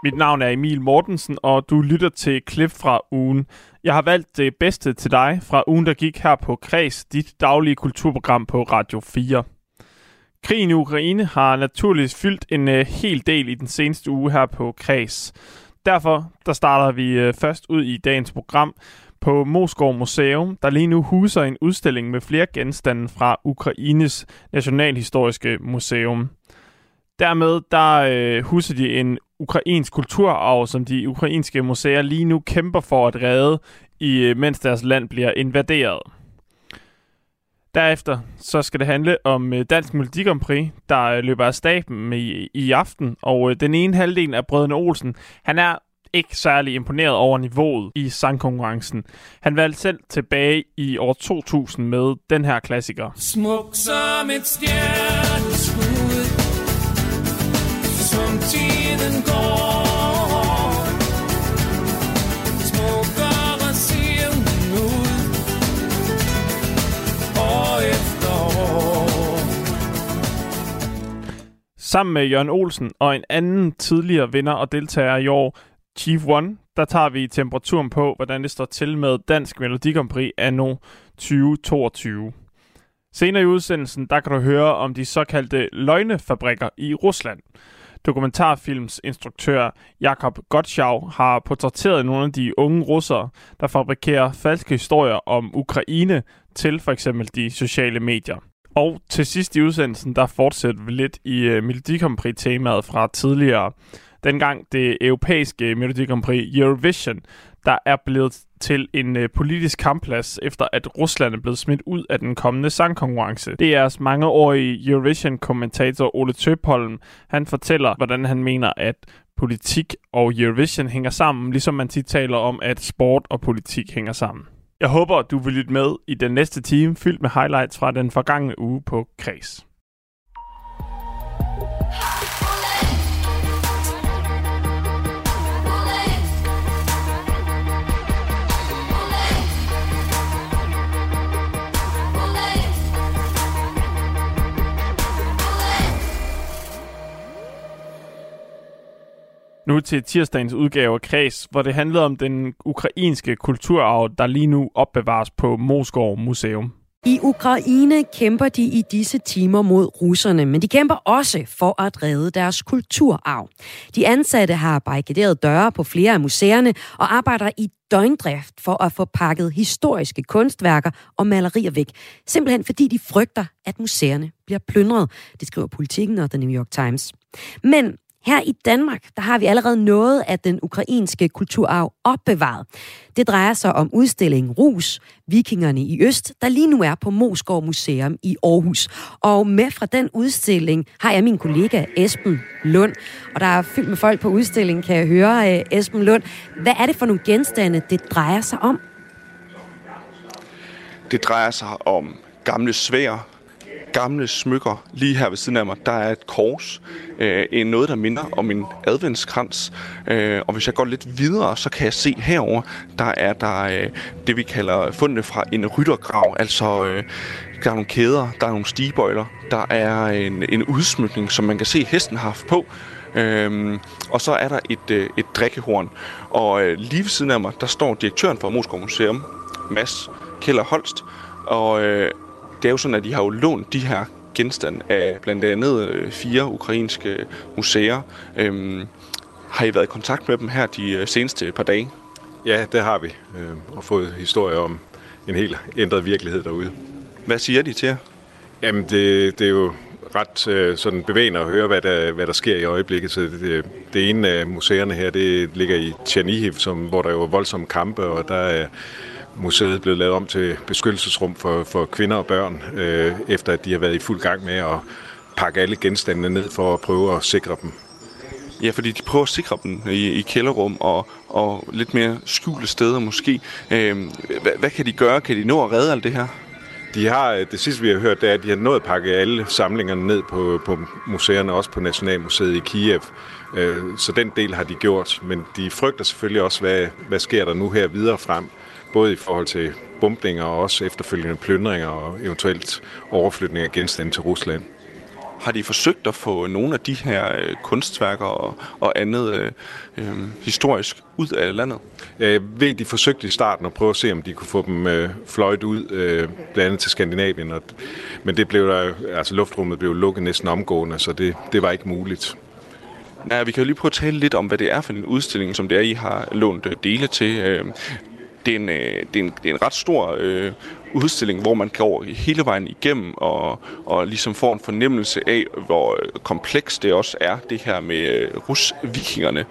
Mit navn er Emil Mortensen, og du lytter til klip fra ugen. Jeg har valgt det bedste til dig fra ugen, der gik her på Kreds, dit daglige kulturprogram på Radio 4. Krigen i Ukraine har naturligvis fyldt en hel del i den seneste uge her på Kreds. Derfor der starter vi først ud i dagens program på Moesgaard Museum, der lige nu huser en udstilling med flere genstande fra Ukraines Nationalhistoriske Museum. Dermed der huser de en ukrainsk kulturarv, som de ukrainske museer lige nu kæmper for at redde, mens deres land bliver invaderet. Derefter så skal det handle om Dansk Melodi Grand Prix, der løber af stablen i aften. Og den ene halvdel af Brødrene Olsen, han er ikke særlig imponeret over niveauet i sangkonkurrencen. Han valgte selv tilbage i år 2000 med den her klassiker. Smuk som et stjerneskud, som tiden går. Smukkere ser hun ud, år efter år. Sammen med Jørgen Olsen og en anden tidligere vinder og deltager i år, Chief One, der tager vi temperaturen på, hvordan det står til med Dansk Melodi Grand Prix anno 2022. Senere i udsendelsen, der kan du høre om de såkaldte løgnefabrikker i Rusland. Dokumentarfilmsinstruktør Jakob Gottschalk har portrætteret nogle af de unge russere, der fabrikerer falske historier om Ukraine til for eksempel de sociale medier. Og til sidst i udsendelsen, der fortsætter vi lidt i Melodi Grand Prix-temaet fra tidligere. Dengang det europæiske Melodi Grand Prix Eurovision, der er blevet til en politisk kampplads, efter at Rusland er blevet smidt ud af den kommende sangkonkurrence. DR's mangeårige Eurovision-kommentator Ole Tøpholm, han fortæller, hvordan han mener, at politik og Eurovision hænger sammen, ligesom man tit taler om, at sport og politik hænger sammen. Jeg håber, du vil lytte med i den næste time, fyldt med highlights fra den forgangne uge på Kreds. Nu til tirsdagens udgave af Kreds, hvor det handlede om den ukrainske kulturarv, der lige nu opbevares på Moesgaard Museum. I Ukraine kæmper de i disse timer mod russerne, men de kæmper også for at redde deres kulturarv. De ansatte har barrikaderet døre på flere af museerne og arbejder i døgndrift for at få pakket historiske kunstværker og malerier væk. Simpelthen fordi de frygter, at museerne bliver plyndret, det skriver Politiken og The New York Times. Men her i Danmark, der har vi allerede noget af den ukrainske kulturarv opbevaret. Det drejer sig om udstillingen Rus, Vikingerne i Øst, der lige nu er på Moesgaard Museum i Aarhus. Og med fra den udstilling har jeg min kollega Esben Lund. Og der er fyldt med folk på udstillingen, kan jeg høre. Esben Lund, hvad er det for nogle genstande, det drejer sig om? Det drejer sig om gamle sværd, gamle smykker. Lige her ved siden af mig, der er et kors. Noget, der minder om en adventskrans. Og hvis jeg går lidt videre, så kan jeg se herover, der er der det, vi kalder fundene fra en ryttergrav. Altså, der er nogle kæder, der er nogle stigebøjler, der er en udsmykning, som man kan se, hesten har haft på. Og så er der et drikkehorn. Og lige ved siden af mig, der står direktøren for Moesgaard Museum, Mads Keller Holst. Og det er jo sådan, at de har jo lånt de her genstande af blandt andet 4 ukrainske museer. Har I været i kontakt med dem her de seneste par dage? Ja, det har vi. Og fået historier om en helt ændret virkelighed derude. Hvad siger de til jer? Jamen, det er jo ret sådan bevægende at høre, hvad der sker i øjeblikket. Så det ene af museerne her, det ligger i Chernihiv, hvor der jo er voldsomme kampe, og der er museet blevet lavet om til beskyttelsesrum for kvinder og børn, efter at de har været i fuld gang med at pakke alle genstandene ned for at prøve at sikre dem. Ja, fordi de prøver at sikre dem i kælderrum og lidt mere skjulte steder måske. Hvad kan de gøre? Kan de nå at redde alt det her? De har, det sidste vi har hørt, det er, at de har nået at pakke alle samlingerne ned på museerne, også på Nationalmuseet i Kiev. Så den del har de gjort, men de frygter selvfølgelig også, hvad sker der nu her videre frem. Både i forhold til bombninger og også efterfølgende plyndringer og eventuelt overflytning af genstande til Rusland. Har de forsøgt at få nogle af de her kunstværker og andet historisk ud af landet? De forsøgte i starten at prøve at se, om de kunne få dem fløjt ud, blandt andet til Skandinavien. Men det blev luftrummet blev lukket næsten omgående, så det var ikke muligt. Nej, vi kan jo lige prøve at tale lidt om, hvad det er for en udstilling, som det er, I har lånt dele til. Det er en ret stor udstilling, hvor man går hele vejen igennem og ligesom får en fornemmelse af, hvor komplekst det også er, det her med rusvikingerne.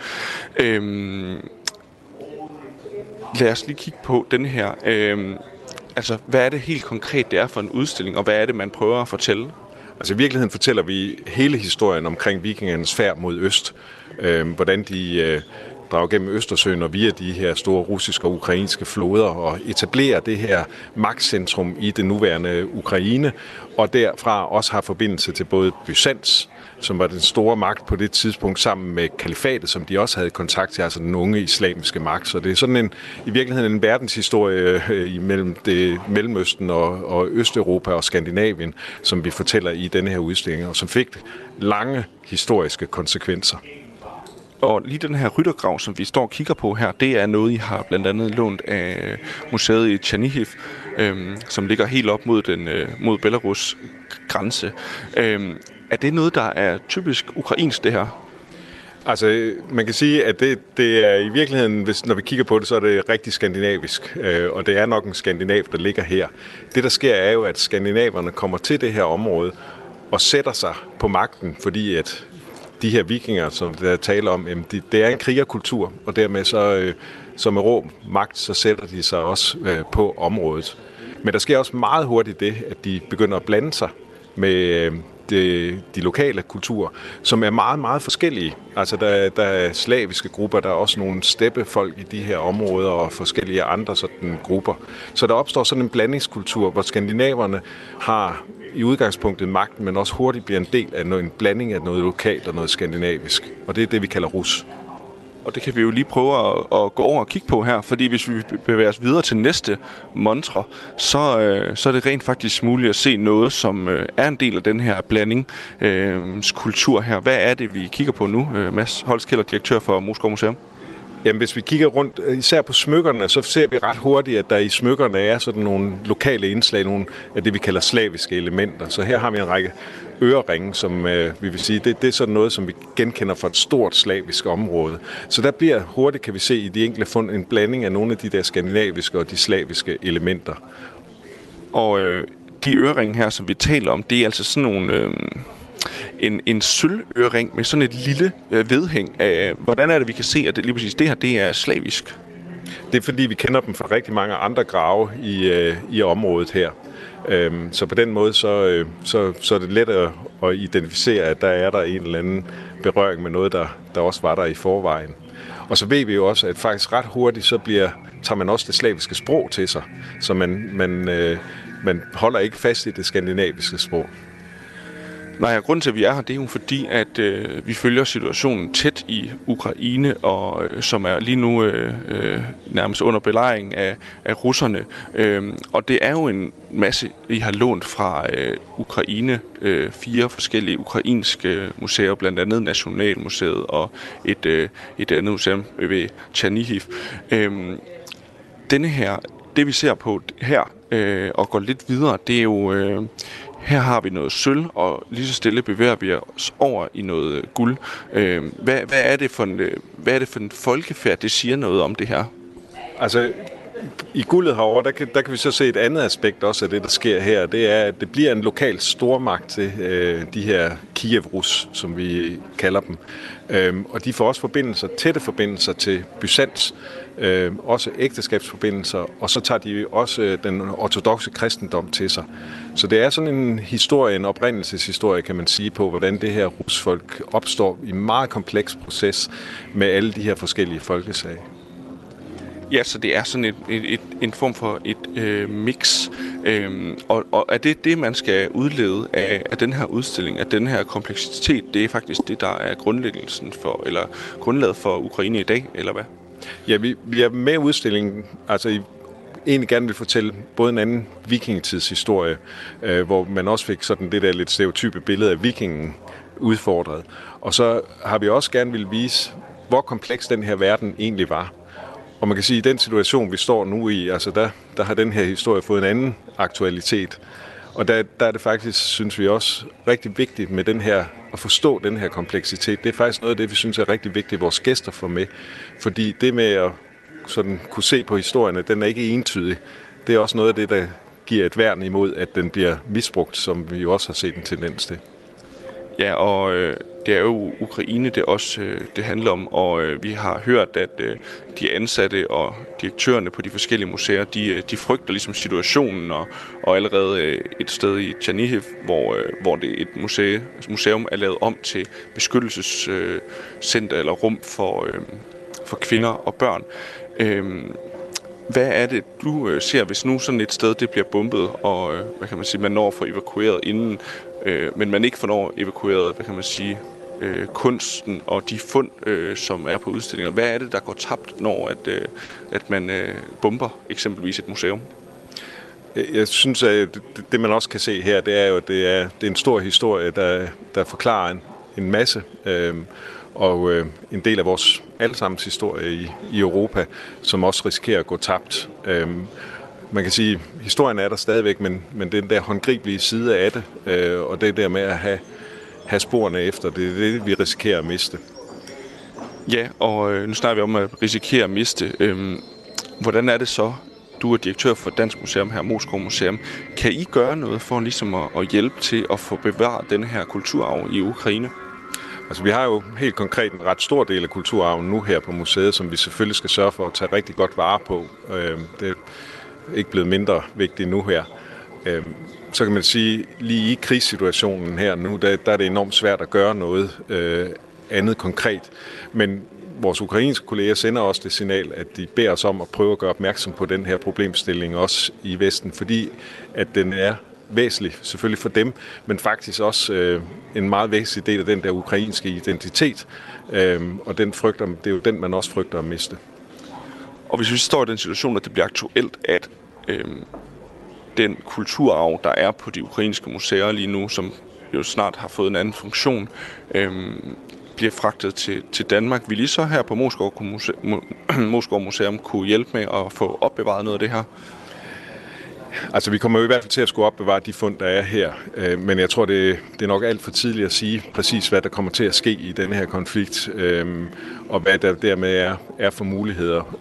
Lad os lige kigge på den her. Hvad er det helt konkret, det er for en udstilling, og hvad er det, man prøver at fortælle? Altså i virkeligheden fortæller vi hele historien omkring vikingernes færd mod øst. Hvordan de drager gennem Østersøen og via de her store russiske og ukrainske floder og etablerer det her magtcentrum i det nuværende Ukraine, og derfra også har forbindelse til både Byzans, som var den store magt på det tidspunkt, sammen med kalifatet, som de også havde kontakt til, altså den unge islamiske magt. Så det er sådan i virkeligheden en verdenshistorie imellem det Mellemøsten og Østeuropa og Skandinavien, som vi fortæller i denne her udstilling, og som fik lange historiske konsekvenser. Og lige den her ryttergrav, som vi står og kigger på her, det er noget, I har blandt andet lånt af museet i Chernihiv, som ligger helt op mod Belarus grænse. Er det noget, der er typisk ukrainsk, det her? Altså, man kan sige, at det er i virkeligheden, når vi kigger på det, så er det rigtig skandinavisk, og det er nok en skandinav, der ligger her. Det, der sker, er jo, at skandinaverne kommer til det her område og sætter sig på magten, fordi at de her vikinger, som der taler om, det er en krigerkultur, og dermed så med rå magt, så sætter de sig også på området. Men der sker også meget hurtigt det, at de begynder at blande sig med de lokale kulturer, som er meget, meget forskellige. Altså der er slaviske grupper, der er også nogle steppefolk i de her områder og forskellige andre sådan grupper. Så der opstår sådan en blandingskultur, hvor skandinaverne har i udgangspunktet magten, men også hurtigt bliver en del af en blanding af noget lokalt og noget skandinavisk. Og det er det, vi kalder rus. Og det kan vi jo lige prøve at gå over og kigge på her, fordi hvis vi bevæger os videre til næste montre, så er det rent faktisk muligt at se noget, som er en del af den her blandingskultur her. Hvad er det, vi kigger på nu, Mads Holskælder, direktør for Moskov Museum? Jamen, hvis vi kigger rundt, især på smykkerne, så ser vi ret hurtigt, at der i smykkerne er sådan nogle lokale indslag, nogle af det, vi kalder slaviske elementer. Så her har vi en række øreringe, som vi vil sige, det er sådan noget, som vi genkender fra et stort slavisk område. Så der bliver hurtigt, kan vi se i de enkelte fund, en blanding af nogle af de der skandinaviske og de slaviske elementer. Og de øreringe her, som vi taler om, det er altså sådan nogle... En sølvørering med sådan et lille vedhæng. Hvordan er det, vi kan se, at lige præcis det her, det er slavisk? Det er fordi, vi kender dem fra rigtig mange andre grave i området her. Så på den måde, så er det let at identificere, at der er en eller anden berøring med noget, der også var der i forvejen. Og så ved vi jo også, at faktisk ret hurtigt, så tager man også det slaviske sprog til sig. Så man holder ikke fast i det skandinaviske sprog. Nej, grunden til, at vi er her, det er jo fordi, at vi følger situationen tæt i Ukraine, og som er lige nu nærmest under belejring af russerne. Og det er jo en masse, I har lånt fra Ukraine, 4 forskellige ukrainske museer, blandt andet Nationalmuseet og et andet museum ved Chernihiv. Denne her, det vi ser på her, og går lidt videre, det er jo... Her har vi noget sølv, og lige så stille bevæger vi os over i noget guld. Hvad er det for en folkefærd, det siger noget om det her? Altså, i guldet herovre, der kan vi så se et andet aspekt også af det, der sker her. Det er, at det bliver en lokal stormagt til de her Kiev-Rus, som vi kalder dem. Og de får også tætte forbindelser til Byzans, også ægteskabsforbindelser, og så tager de også den ortodokse kristendom til sig. Så det er sådan en historie, en oprindelseshistorie, kan man sige, på, hvordan det her rusfolk opstår i en meget kompleks proces med alle de her forskellige folkeslag. Ja, så det er sådan en form for et mix. Og er det, man skal udlede af den her udstilling, at den her kompleksitet, det er faktisk det, der er grundlaget for Ukraine i dag, eller hvad? Ja, vi er med udstillingen, altså egentlig gerne vil fortælle både en anden vikingetidshistorie, hvor man også fik sådan det der lidt stereotype billede af vikingen udfordret. Og så har vi også gerne vil vise, hvor kompleks den her verden egentlig var. Og man kan sige, at i den situation, vi står nu i, altså der har den her historie fået en anden aktualitet. Og der er det faktisk, synes vi også, rigtig vigtigt med den her, at forstå den her kompleksitet. Det er faktisk noget af det, vi synes er rigtig vigtigt, at vores gæster får med. Fordi det med at sådan kunne se på historierne, den er ikke entydig. Det er også noget af det, der giver et værn imod, at den bliver misbrugt, som vi jo også har set en tendens til. Ja, og det er jo Ukraine, det også det handler om, og vi har hørt, at de ansatte og direktørerne på de forskellige museer, de frygter ligesom situationen, og allerede et sted i Chernihiv, hvor det et museum er lavet om til beskyttelsescenter eller rum for kvinder og børn. Hvad er det, du ser, hvis nu sådan et sted det bliver bombet, og hvad kan man sige, man når at få evakueret inden, men man ikke får evakueret, hvad kan man sige, kunsten og de fund, som er på udstillinger. Hvad er det, der går tabt, når at man bomber eksempelvis et museum? Jeg synes, at det man også kan se her, det er jo, at det er en stor historie, der forklarer en masse, og en del af vores allesammens historie i Europa, som også risikerer at gå tabt. Man kan sige, at historien er der stadigvæk, men den der håndgribelige side af det, og det der med at have sporene efter, det er det, vi risikerer at miste. Ja, og nu snakker vi om at risikere at miste. Hvordan er det så? Du er direktør for Dansk Museum her, Moskov Museum. Kan I gøre noget for ligesom at hjælpe til at få bevaret den her kulturarv i Ukraine? Altså, vi har jo helt konkret en ret stor del af kulturarven nu her på museet, som vi selvfølgelig skal sørge for at tage rigtig godt vare på. Det er ikke blevet mindre vigtigt nu her. Så kan man sige, lige i krigssituationen her nu, der er det enormt svært at gøre noget andet konkret. Men vores ukrainske kolleger sender også det signal, at de beder os om at prøve at gøre opmærksom på den her problemstilling også i Vesten, fordi at den er væsentlig selvfølgelig for dem, men faktisk også en meget væsentlig del af den der ukrainske identitet, og den frygter, det er jo den, man også frygter at miste. Og hvis vi står i den situation, at det bliver aktuelt, at den kulturarv, der er på de ukrainske museer lige nu, som jo snart har fået en anden funktion, bliver fragtet til Danmark, vil I så her på Moskov Museum kunne hjælpe med at få opbevaret noget af det her? Altså, vi kommer jo i hvert fald til at skulle opbevare de fund, der er her, men jeg tror, det er nok alt for tidligt at sige præcis, hvad der kommer til at ske i denne her konflikt, og hvad der dermed er for muligheder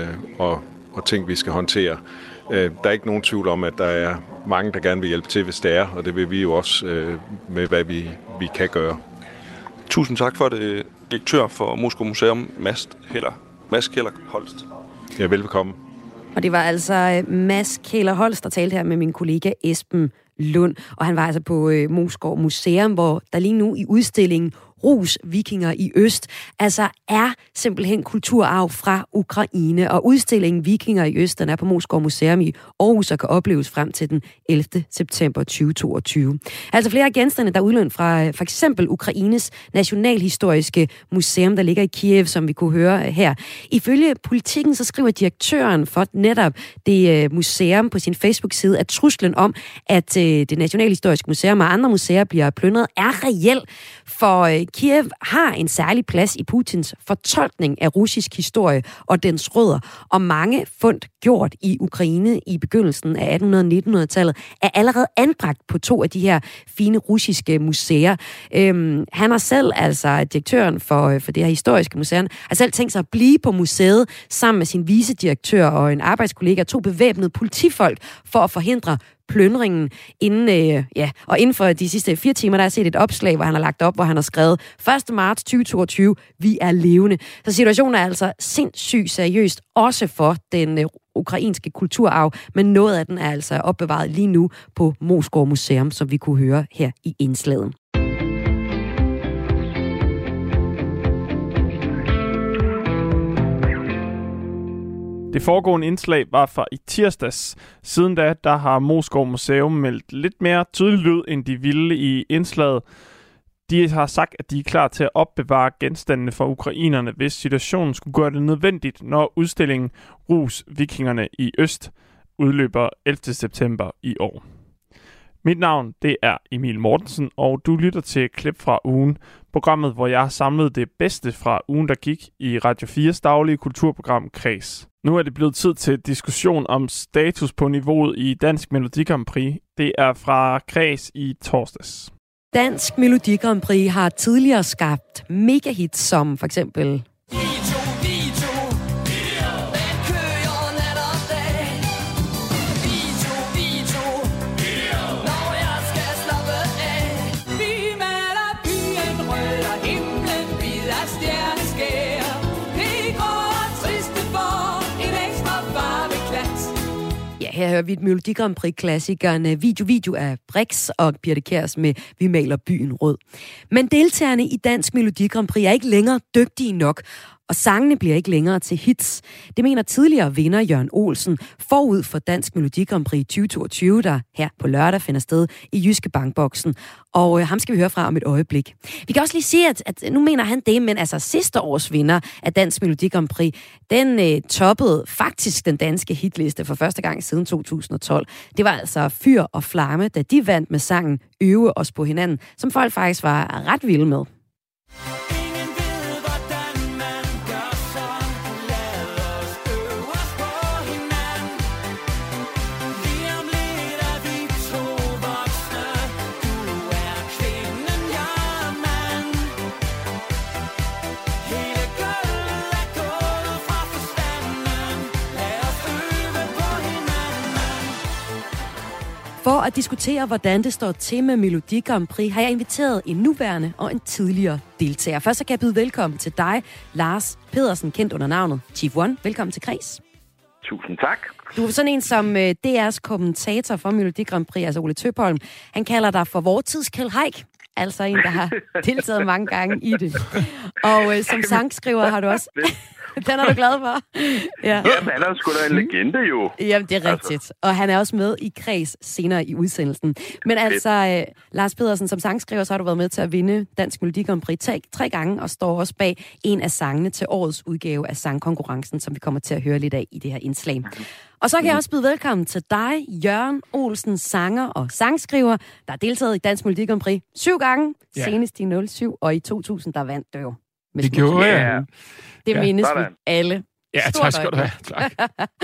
og ting, vi skal håndtere. Der er ikke nogen tvivl om, at der er mange, der gerne vil hjælpe til, hvis det er, og det vil vi jo også med, hvad vi kan gøre. Tusind tak for det, direktør for Moskov Museum, Mads Keller Holst. Ja, velbekomme. Og det var altså Mads Keller Holst, der talte her med min kollega Esben Lund. Og han var altså på Moskov Museum, hvor der lige nu i udstillingen Rus Vikinger i Øst, altså er simpelthen kulturarv fra Ukraine. Og udstillingen Vikinger i Øst, den er på Moskov Museum i Aarhus og kan opleves frem til den 11. september 2022. Altså flere af genstande, der er udlånt fra for eksempel Ukraines Nationalhistoriske Museum, der ligger i Kiev, som vi kunne høre her. Ifølge Politikken, så skriver direktøren for netop det museum på sin Facebook-side, at truslen om, at det Nationalhistoriske Museum og andre museer bliver plyndret, er reel, for Kiev har en særlig plads i Putins fortolkning af russisk historie og dens rødder, og mange fund gjort i Ukraine i begyndelsen af 1800-1900-tallet er allerede anbragt på 2 af de her fine russiske museer. Han har selv, altså direktøren for det her historiske museum, har selv tænkt sig at blive på museet sammen med sin vicedirektør og en arbejdskollega, 2 bevæbnede politifolk, for at forhindre plyndringen. Inden for de sidste 4 timer, der har jeg set et opslag, hvor han har lagt op, hvor han har skrevet 1. marts 2022, vi er levende. Så situationen er altså sindssygt seriøst, også for den ukrainske kulturarv, men noget af den er altså opbevaret lige nu på Moskov Museum, som vi kunne høre her i indslaget. Det foregående indslag var fra i tirsdags. Siden da, der har Moskov Museum meldt lidt mere tydeligt ud, end de ville i indslaget. De har sagt, at de er klar til at opbevare genstandene for ukrainerne, hvis situationen skulle gøre det nødvendigt, når udstillingen Rus Vikingerne i Øst udløber 11. september i år. Mit navn, det er Emil Mortensen, og du lytter til Klip fra ugen, programmet, hvor jeg har samlet det bedste fra ugen, der gik i Radio 4's daglige kulturprogram Kreds. Nu er det blevet tid til diskussion om status på niveauet i Dansk Melodi Grand Prix. Det er fra Kreds i torsdags. Dansk Melodi Grand Prix har tidligere skabt megahits som for eksempel her hører vi et Melodi Grand Prix-klassikeren Video af Brix og Birthe Kjærs med Vi maler byen rød. Men deltagerne i Dansk Melodi Grand Prix er ikke længere dygtige nok, og sangene bliver ikke længere til hits. Det mener tidligere vinder Jørgen Olsen forud for Dansk Melodi Grand Prix 2022, der her på lørdag finder sted i Jyske Bankboksen. Og ham skal vi høre fra om et øjeblik. Vi kan også lige sige, at nu mener han det, men altså sidste års vinder af Dansk Melodi Grand Prix, den toppede faktisk den danske hitliste for første gang siden 2012. Det var altså Fyr og Flamme, da de vandt med sangen Øve os på hinanden, som folk faktisk var ret vilde med. For at diskutere, hvordan det står til med Melodi Grand Prix, har jeg inviteret en nuværende og en tidligere deltager. Først så kan jeg byde velkommen til dig, Lars Pedersen, kendt under navnet Chief One. Velkommen til Kreds. Tusind tak. Du er sådan en som DR's kommentator for Melodi Grand Prix, altså Ole Tøpholm. Han kalder dig for vor tids Kjeld Haik, altså en, der har deltaget mange gange i det. Og som sangskriver har du også... Den er du glad for? Ja. Jamen, han er sgu da en legende, jo. Jamen, det er rigtigt. Altså. Og han er også med i Kreds senere i udsendelsen. Men altså, Lars Pedersen, som sangskriver, så har du været med til at vinde Dansk Melodi Grand Prix 3 gange, og står også bag en af sangene til årets udgave af sangkonkurrencen, som vi kommer til at høre lidt af i det her indslag. Og så kan jeg også byde velkommen til dig, Jørgen Olsen, sanger og sangskriver, der har deltaget i Dansk Melodi Grand Prix 7 gange, senest i 07, og i 2000, der vandt du jo. Det gjorde jeg. Det mindes vi alle. Ja, tak skal du have. Tak.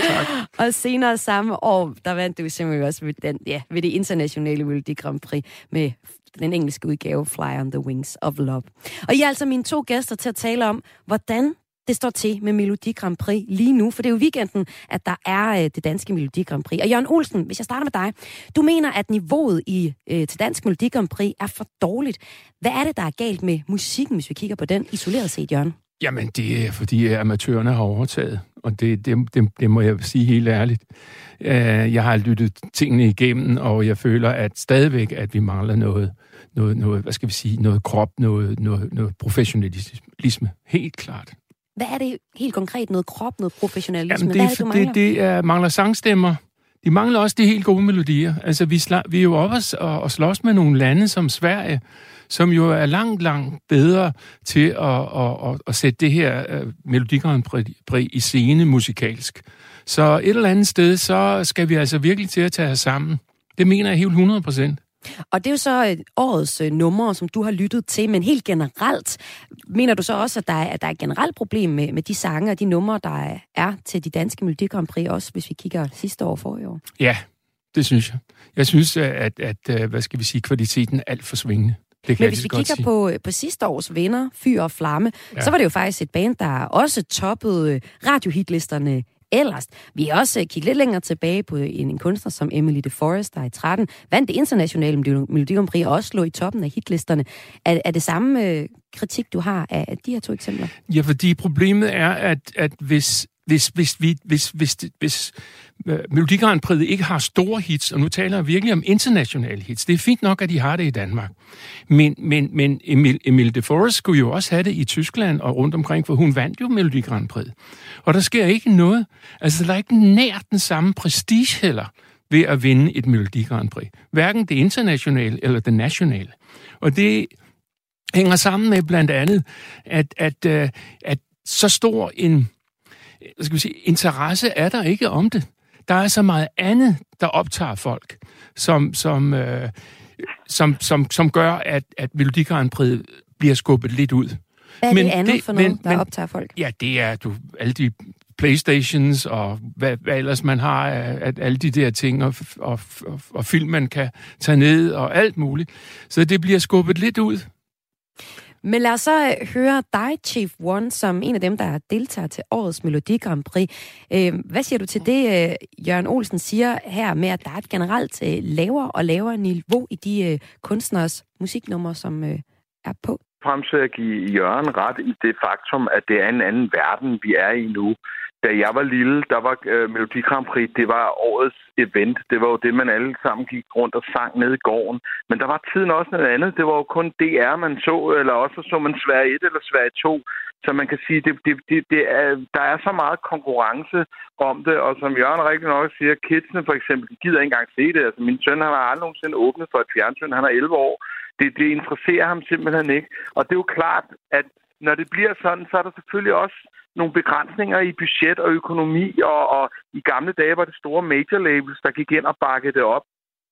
Og senere samme år, der vandt du simpelthen også ved det internationale Melodi Grand Prix med den engelske udgave Fly on the Wings of Love. Og I er altså mine 2 gæster til at tale om, hvordan det står til med Melodi Grand Prix lige nu, for det er jo weekenden, at der er det danske Melodi Grand Prix. Og Jørgen Olsen, hvis jeg starter med dig, du mener, at niveauet til dansk Melodi Grand Prix er for dårligt. Hvad er det, der er galt med musikken, hvis vi kigger på den isoleret set, Jørgen? Jamen, det er, fordi amatørerne har overtaget, og det må jeg sige helt ærligt. Jeg har lyttet tingene igennem, og jeg føler at stadigvæk, at vi mangler noget hvad skal vi sige, noget krop, noget professionalisme. Helt klart. Hvad er det helt konkret? Noget krop, noget professionalisme? Jamen, det mangler sangstemmer. De mangler også de helt gode melodier. Altså, vi er jo oppe og slås med nogle lande som Sverige, som jo er langt bedre til at sætte det her Melodi Grand Prix i scene musikalsk. Så et eller andet sted, så skal vi altså virkelig til at tage os sammen. Det mener jeg helt 100%. Og det er jo så årets numre, som du har lyttet til, men helt generelt, mener du så også, at der er et generelt problem med de sange og de numre, der er til de danske Melodi Grand Prix, også hvis vi kigger sidste år og forrige år? Ja, det synes jeg. Jeg synes, at hvad skal vi sige, kvaliteten er alt for svingende. Men hvis vi kigger på sidste års vinder, Fyr og Flamme, så var det jo faktisk et band, der også toppede radiohitlisterne ellers. Vi har også kigget lidt længere tilbage på en kunstner som Emily de Forest, der i 13 vandt det internationale Melodi Grand Prix og også lå i toppen af hitlisterne. Er det samme kritik, du har af de her 2 eksempler? Ja, fordi problemet er, at hvis Melodi Grand Prix ikke har store hits, og nu taler jeg virkelig om internationale hits, det er fint nok, at de har det i Danmark. Men Emily de Forest skulle jo også have det i Tyskland og rundt omkring, for hun vandt jo Melodi Grand Prix. Og der sker ikke noget. Altså, der er ikke nær den samme prestige heller ved at vinde et Melodi Grand Prix. Hverken det internationale eller det nationale. Og det hænger sammen med blandt andet, at så stor en interesse er der ikke om det. der er så meget andet, der optager folk, som gør, at Melodi Grand Prix bliver skubbet lidt ud. Hvad er det andet for noget, der optager folk? Ja, det er alle de Playstations og hvad ellers man har af alle de der ting, og film, man kan tage ned og alt muligt. Så det bliver skubbet lidt ud. Men lad os så høre dig, Chief One, som en af dem, der deltager til årets Melodi Grand Prix. Hvad siger du til det, Jørgen Olsen siger her med, at der er et generelt lavere og lavere niveau i de kunstneres musiknumre, som er på? Frem til at give Jørgen ret i det faktum, at det er en anden verden, vi er i nu. Da jeg var lille, der var Melodi Grand Prix, det var årets event. Det var jo det, man alle sammen gik rundt og sang ned i gården. Men der var tiden også noget andet. Det var jo kun DR, man så, eller også så man Sverige 1 eller Sverige 2. Så man kan sige, der er så meget konkurrence om det. Og som Jørgen rigtig nok siger, kidsene for eksempel, de gider ikke engang se det. Altså min søn, han har aldrig nogensinde åbnet for et fjernsyn. Han er 11 år. Det interesserer ham simpelthen ikke. Og det er jo klart, at når det bliver sådan, så er der selvfølgelig også nogle begrænsninger i budget og økonomi, og i gamle dage var det store major labels, der gik ind og bakkede det op,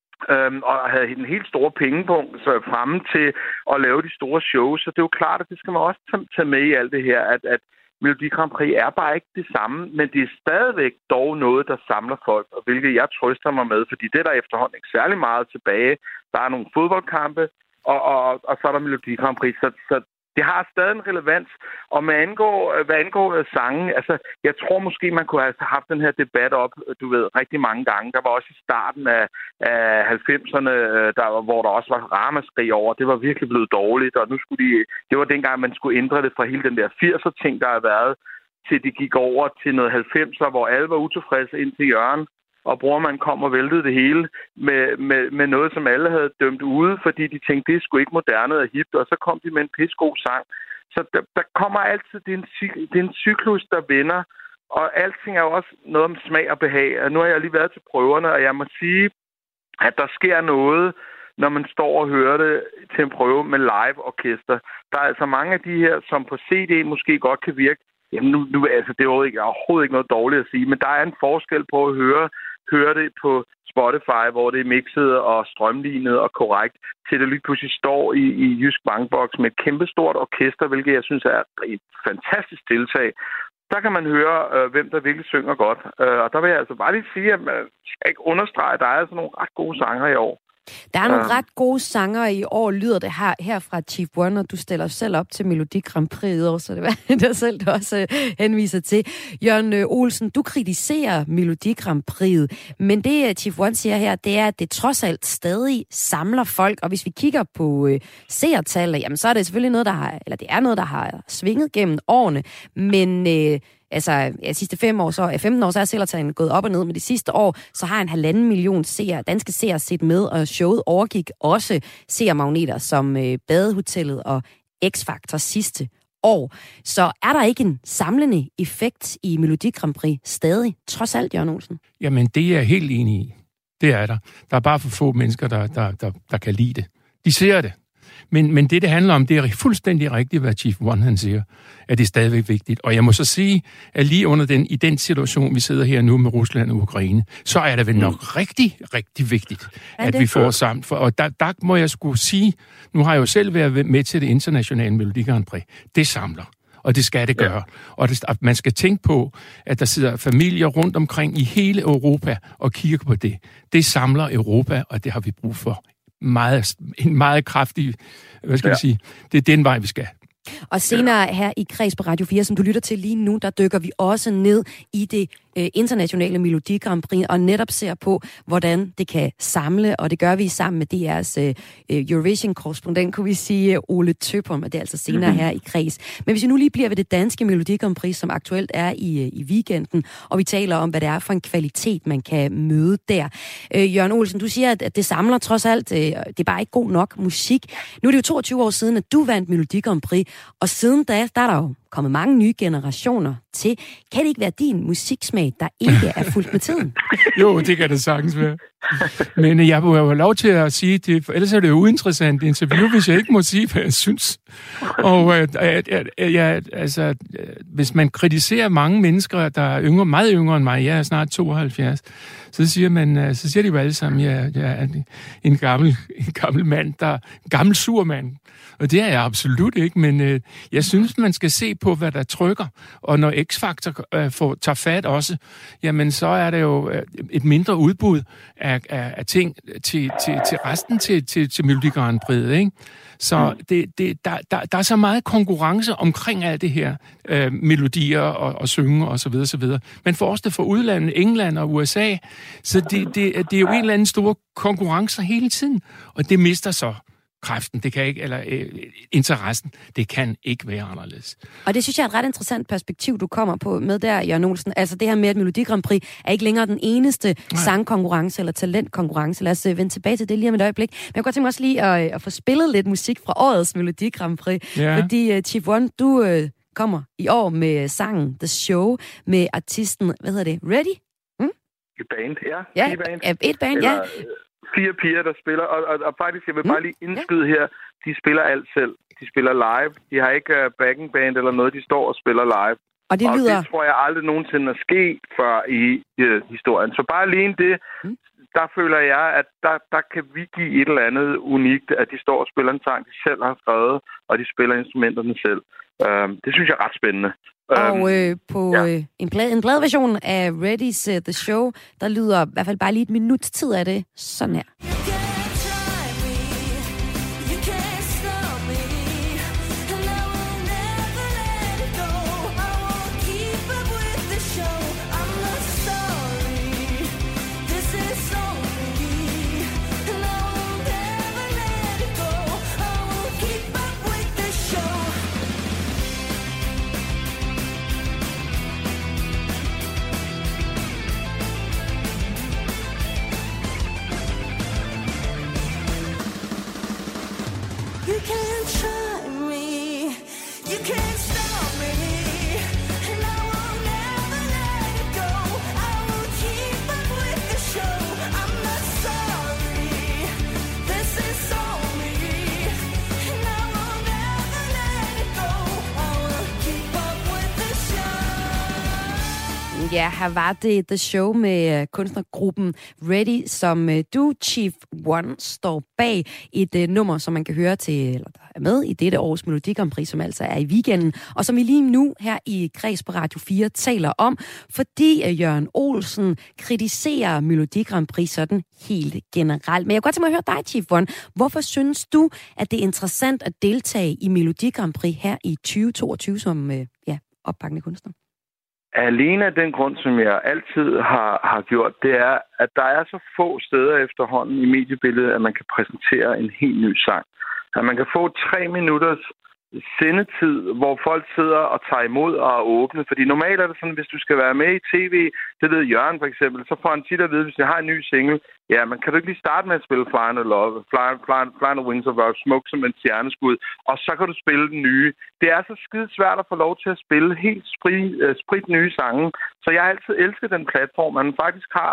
og havde en helt store pengepunkt fremme til at lave de store shows. Så det er jo klart, at det skal man også tage med i alt det her, at Melodi Grand Prix er bare ikke det samme, men det er stadigvæk dog noget, der samler folk, og hvilket jeg trøster mig med, fordi det er der efterhånden ikke særlig meget tilbage. Der er nogle fodboldkampe, og så er der Melodi Grand Prix, så det har stadig en relevans. Og hvad angår sange, altså, jeg tror måske, man kunne have haft den her debat op, du ved, rigtig mange gange. Der var også i starten af 90'erne, hvor der også var ramaskrig over. Det var virkelig blevet dårligt, og nu det var dengang, man skulle ændre det fra hele den der 80'er-ting, der har været, til det gik over til noget 90'er, hvor alle var utilfredse ind til Jørgen. Og brormand kom og væltede det hele med noget, som alle havde dømt ude, fordi de tænkte, det er sgu ikke moderne og hipt, og så kom de med en pissegod sang. Så der kommer altid, det er en cyklus, der vender, og alting er jo også noget om smag og behag. Og nu har jeg lige været til prøverne, og jeg må sige, at der sker noget, når man står og hører det til en prøve med live-orkester. Der er altså mange af de her, som på CD måske godt kan virke. Jamen nu altså, det er overhovedet ikke noget dårligt at sige, men der er en forskel på at høre det på Spotify, hvor det er mixet og strømlignet og korrekt, til det lige pludselig står i Jysk Bankbox med et kæmpestort orkester, hvilket jeg synes er et fantastisk tiltag. Der kan man høre, hvem der virkelig synger godt. Og der vil jeg altså bare lige sige, at man skal ikke understrege, at der er altså nogle ret gode sanger i år. Der er nogle ret gode sanger i år, lyder det her fra Chief One, og du stiller selv op til Melodi Grand Prix i år, så det var der selv, du også henviser til. Jørgen Olsen, du kritiserer Melodi Grand Prix, men det Chief One siger her, det er, at det trods alt stadig samler folk, og hvis vi kigger på seertallet, jamen så er det selvfølgelig noget, der har svinget gennem årene, men sidste 15 år, så er seertallene gået op og ned, men de sidste år, så har 1,5 million danske seere set med, og showet overgik også seermagneter som Badehotellet og X-Factor sidste år. Så er der ikke en samlende effekt i Melodi Grand Prix stadig, trods alt, Jørgen Olsen? Jamen, det er jeg helt enig i. Det er der. Der er bare for få mennesker, der kan lide det. De ser det. Men det handler om, det er fuldstændig rigtigt, hvad Chief One han siger, at det er stadigvæk vigtigt. Og jeg må så sige, at lige under i den situation, vi sidder her nu med Rusland og Ukraine, så er det vel nok rigtig, rigtig vigtigt, at vi får sammen. Og der må jeg skulle sige, nu har jeg jo selv været med til det internationale Melodi Grand Prix. Det samler. Og det skal det gøre. Og man skal tænke på, at der sidder familier rundt omkring i hele Europa og kigger på det. Det samler Europa, og det har vi brug for. En meget kraftig, hvad skal vi sige, det er den vej, vi skal. Og senere her i Kreds på Radio 4, som du lytter til lige nu, der dykker vi også ned i det internationale Melodi Grand Prix, og netop ser på, hvordan det kan samle, og det gør vi sammen med DR's Eurovision-korrespondent, kunne vi sige, Ole Tøpholm, og det er altså senere her i Kreds. Men hvis vi nu lige bliver ved det danske Melodi Grand Prix, som aktuelt er i weekenden, og vi taler om, hvad det er for en kvalitet, man kan møde der. Jørgen Olsen, du siger, at det samler trods alt, det er bare ikke god nok musik. Nu er det jo 22 år siden, at du vandt Melodi Grand Prix, og siden da, der er der jo kommet mange nye generationer til. Kan det ikke være din musiksmag, der ikke er fuldt med tiden? Jo, det kan det sagtens være. Men jeg må jo have lov til at sige det, for ellers er det jo uinteressant interview, hvis jeg ikke må sige, hvad jeg synes. Og hvis man kritiserer mange mennesker, der er yngre, meget yngre end mig, jeg er snart 72, så siger de jo alle sammen, jeg er en gammel mand, en gammel sur mand. Og det er jeg absolut ikke, men jeg synes, man skal se på, hvad der trykker. Og når X-Factor tager fat også, jamen så er der jo et mindre udbud af ting til resten til Melodi Grand Prix, ikke? Så der er så meget konkurrence omkring alt det her, melodier og synge og så videre, så videre. Man får også det fra udlandet, England og USA, så det er jo en eller anden stor konkurrence hele tiden, og det mister så kræften, det kan ikke, eller interessen, det kan ikke være anderledes. Og det synes jeg er et ret interessant perspektiv, du kommer på med der, Jørgen Olsen. Altså det her med, at Melodi Grand Prix er ikke længere den eneste sangkonkurrence eller talentkonkurrence. Lad os vende tilbage til det lige om et øjeblik. Men jeg kunne godt tænke mig også lige at få spillet lidt musik fra årets Melodi Grand Prix. Ja. Fordi Chief One, du kommer i år med sangen The Show med artisten, hvad hedder det, Ready? Et band, ja. Et band, ja. 4 piger, der spiller, og faktisk, jeg vil bare lige indskyde her, de spiller alt selv. De spiller live. De har ikke backing band eller noget, de står og spiller live. Og det det tror jeg aldrig nogensinde er sket før i historien. Så bare alene det, der føler jeg, at der kan vi give et eller andet unikt, at de står og spiller en sang, de selv har skrevet, og de spiller instrumenterne selv. Det synes jeg er ret spændende. Og på en pladversion af Ready's The Show, der lyder i hvert fald bare lige et minuts tid af det sådan her. Ja, her var det The Show med kunstnergruppen Ready, som du, Chief One, står bag et nummer, som man kan høre til, eller der er med i dette års Melodi Grand Prix, som altså er i weekenden, og som vi lige nu her i Kreds på Radio 4 taler om, fordi Jørgen Olsen kritiserer Melodi Grand Prix sådan helt generelt. Men jeg kunne godt tænke mig at høre dig, Chief One. Hvorfor synes du, at det er interessant at deltage i Melodi Grand Prix her i 2022 som opbakkende kunstner? Alene af den grund, som jeg altid har gjort, det er, at der er så få steder efterhånden i mediebilledet, at man kan præsentere en helt ny sang. At man kan få 3 minutters sendetid, hvor folk sidder og tager imod og er åbne. Fordi normalt er det sådan, hvis du skal være med i tv, det ved Jørgen for eksempel, så får han tit at vide, hvis jeg har en ny single, ja, man kan du ikke lige starte med at spille Flying Love, Flying Wings of Love, Smuk som en stjerneskud, og så kan du spille den nye. Det er så skide svært at få lov til at spille helt sprit nye sange, så jeg har altid elsket den platform, at man faktisk har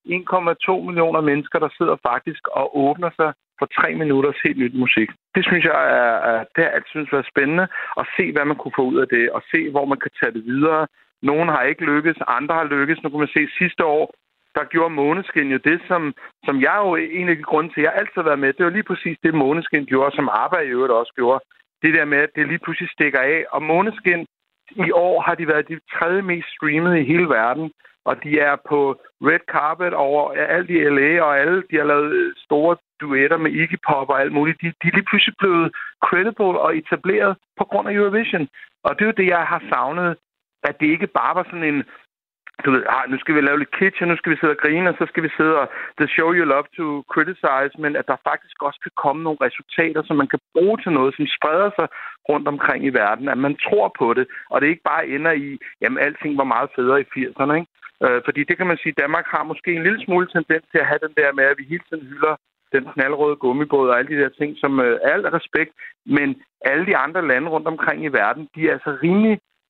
1,2 millioner mennesker, der sidder faktisk og åbner sig for 3 minutters helt nyt musik. Det synes jeg det har altid synes været spændende at se, hvad man kunne få ud af det, og se, hvor man kan tage det videre. Nogle har ikke lykkes, andre har lykkes. Nu kan man se sidste år, der gjorde Måneskin jo det, som jeg jo en af de grunde til, at jeg altid har været med. Det var lige præcis det, Måneskin gjorde, som ABBA i øvrigt også gjorde. Det der med, at det lige pludselig stikker af. Og Måneskin i år har de været de 3. mest streamede i hele verden. Og de er på red carpet over alt i LA, og alle de har lavet store duetter med Iggy Pop og alt muligt. De er lige pludselig blevet credible og etableret på grund af Eurovision. Og det er jo det, jeg har savnet, at det ikke bare var sådan en, du ved, nu skal vi lave lidt kitsch, og nu skal vi sidde og grine, og så skal vi sidde og the show you love to criticize, men at der faktisk også kan komme nogle resultater, som man kan bruge til noget, som spreder sig rundt omkring i verden, at man tror på det, og det ikke bare ender i, jamen alting var meget federe i 80'erne, ikke? Fordi det kan man sige, Danmark har måske en lille smule tendens til at have den der med, at vi hele tiden hylder den knaldrøde gummibåd og alle de der ting, som alt respekt, men alle de andre lande rundt omkring i verden, de er altså rimelig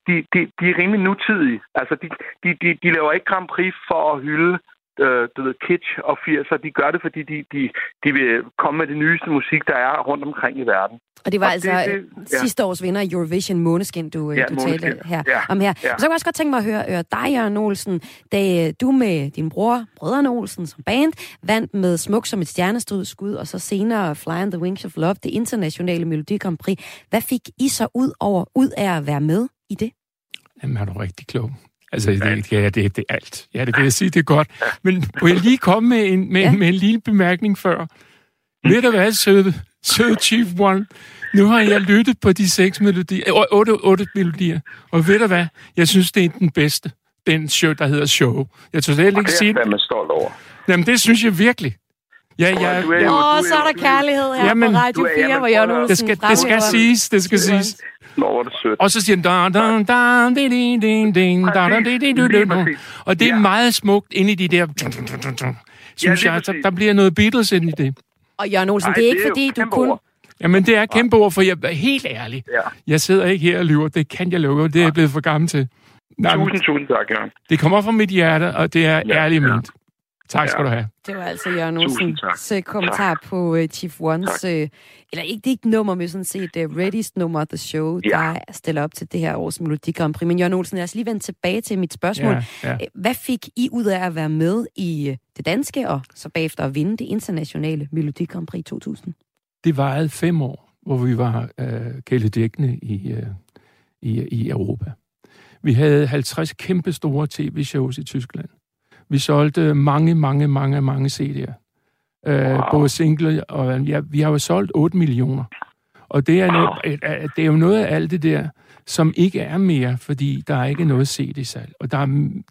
de er rimelig nutidige. Altså, de laver ikke Grand Prix for at hylde kitsch og 80'er. De gør det, fordi de vil komme med det nyeste musik, der er rundt omkring i verden. Og det var sidste års vinder i Eurovision Måneskin, du talte om her. Så kunne jeg også godt tænke mig at høre dig, Jørgen Olsen, da du med din brødrene Olsen som band, vandt med Smuk som et stjerneskud, og så senere Fly on the Wings of Love, det internationale Melodi Grand Prix. Hvad fik I så ud af at være med i det? Jamen, er du rigtig klog. Altså, det er alt. Ja, det vil jeg sige, det er godt. Men må jeg lige komme med en lille bemærkning før? Ved du hvad, søde Chief One? Nu har jeg lyttet på de 6 melodier, 8 melodier, og ved du hvad? Jeg synes, det er den bedste. Den show, der hedder Show. Jeg tror slet ikke sige det. Det er jeg stolt over. Jamen, det synes jeg virkelig. Så er der kærlighed her på Radio 4, hvor Jørgen Olsen det skal siges. Og så siger den og det er meget smukt inde i de der synes jeg, der bliver noget Beatles ind i det. Og Jørgen Olsen, det er ikke fordi du kun... Jamen det er kæmpe ord, for jeg er helt ærlig. Jeg sidder ikke her og lyver, det kan jeg love, det er jeg blevet for gammel til. Tusind tak, Jørgen. Det kommer fra mit hjerte, og det er ærligt ment. Tak skal du have. Det var altså Jørgen Olsens kommentar på Chief Ones, eller ikke, det er ikke nummer, men sådan set Ready's nummer, The Show, der stiller op til det her års Melodi Grand Prix. Men Jørgen Olsen, lad os lige vende tilbage til mit spørgsmål. Hvad fik I ud af at være med i det danske, og så bagefter at vinde det internationale Melodi Grand Prix 2000? Det varede 5 år, hvor vi var kæledækkende i Europa. Vi havde 50 kæmpe store tv-shows i Tyskland. Vi solgte mange CD'er. Både single, og vi har jo solgt 8 millioner. Og det er jo noget af alt det der, som ikke er mere, fordi der er ikke noget CD-salg. Og der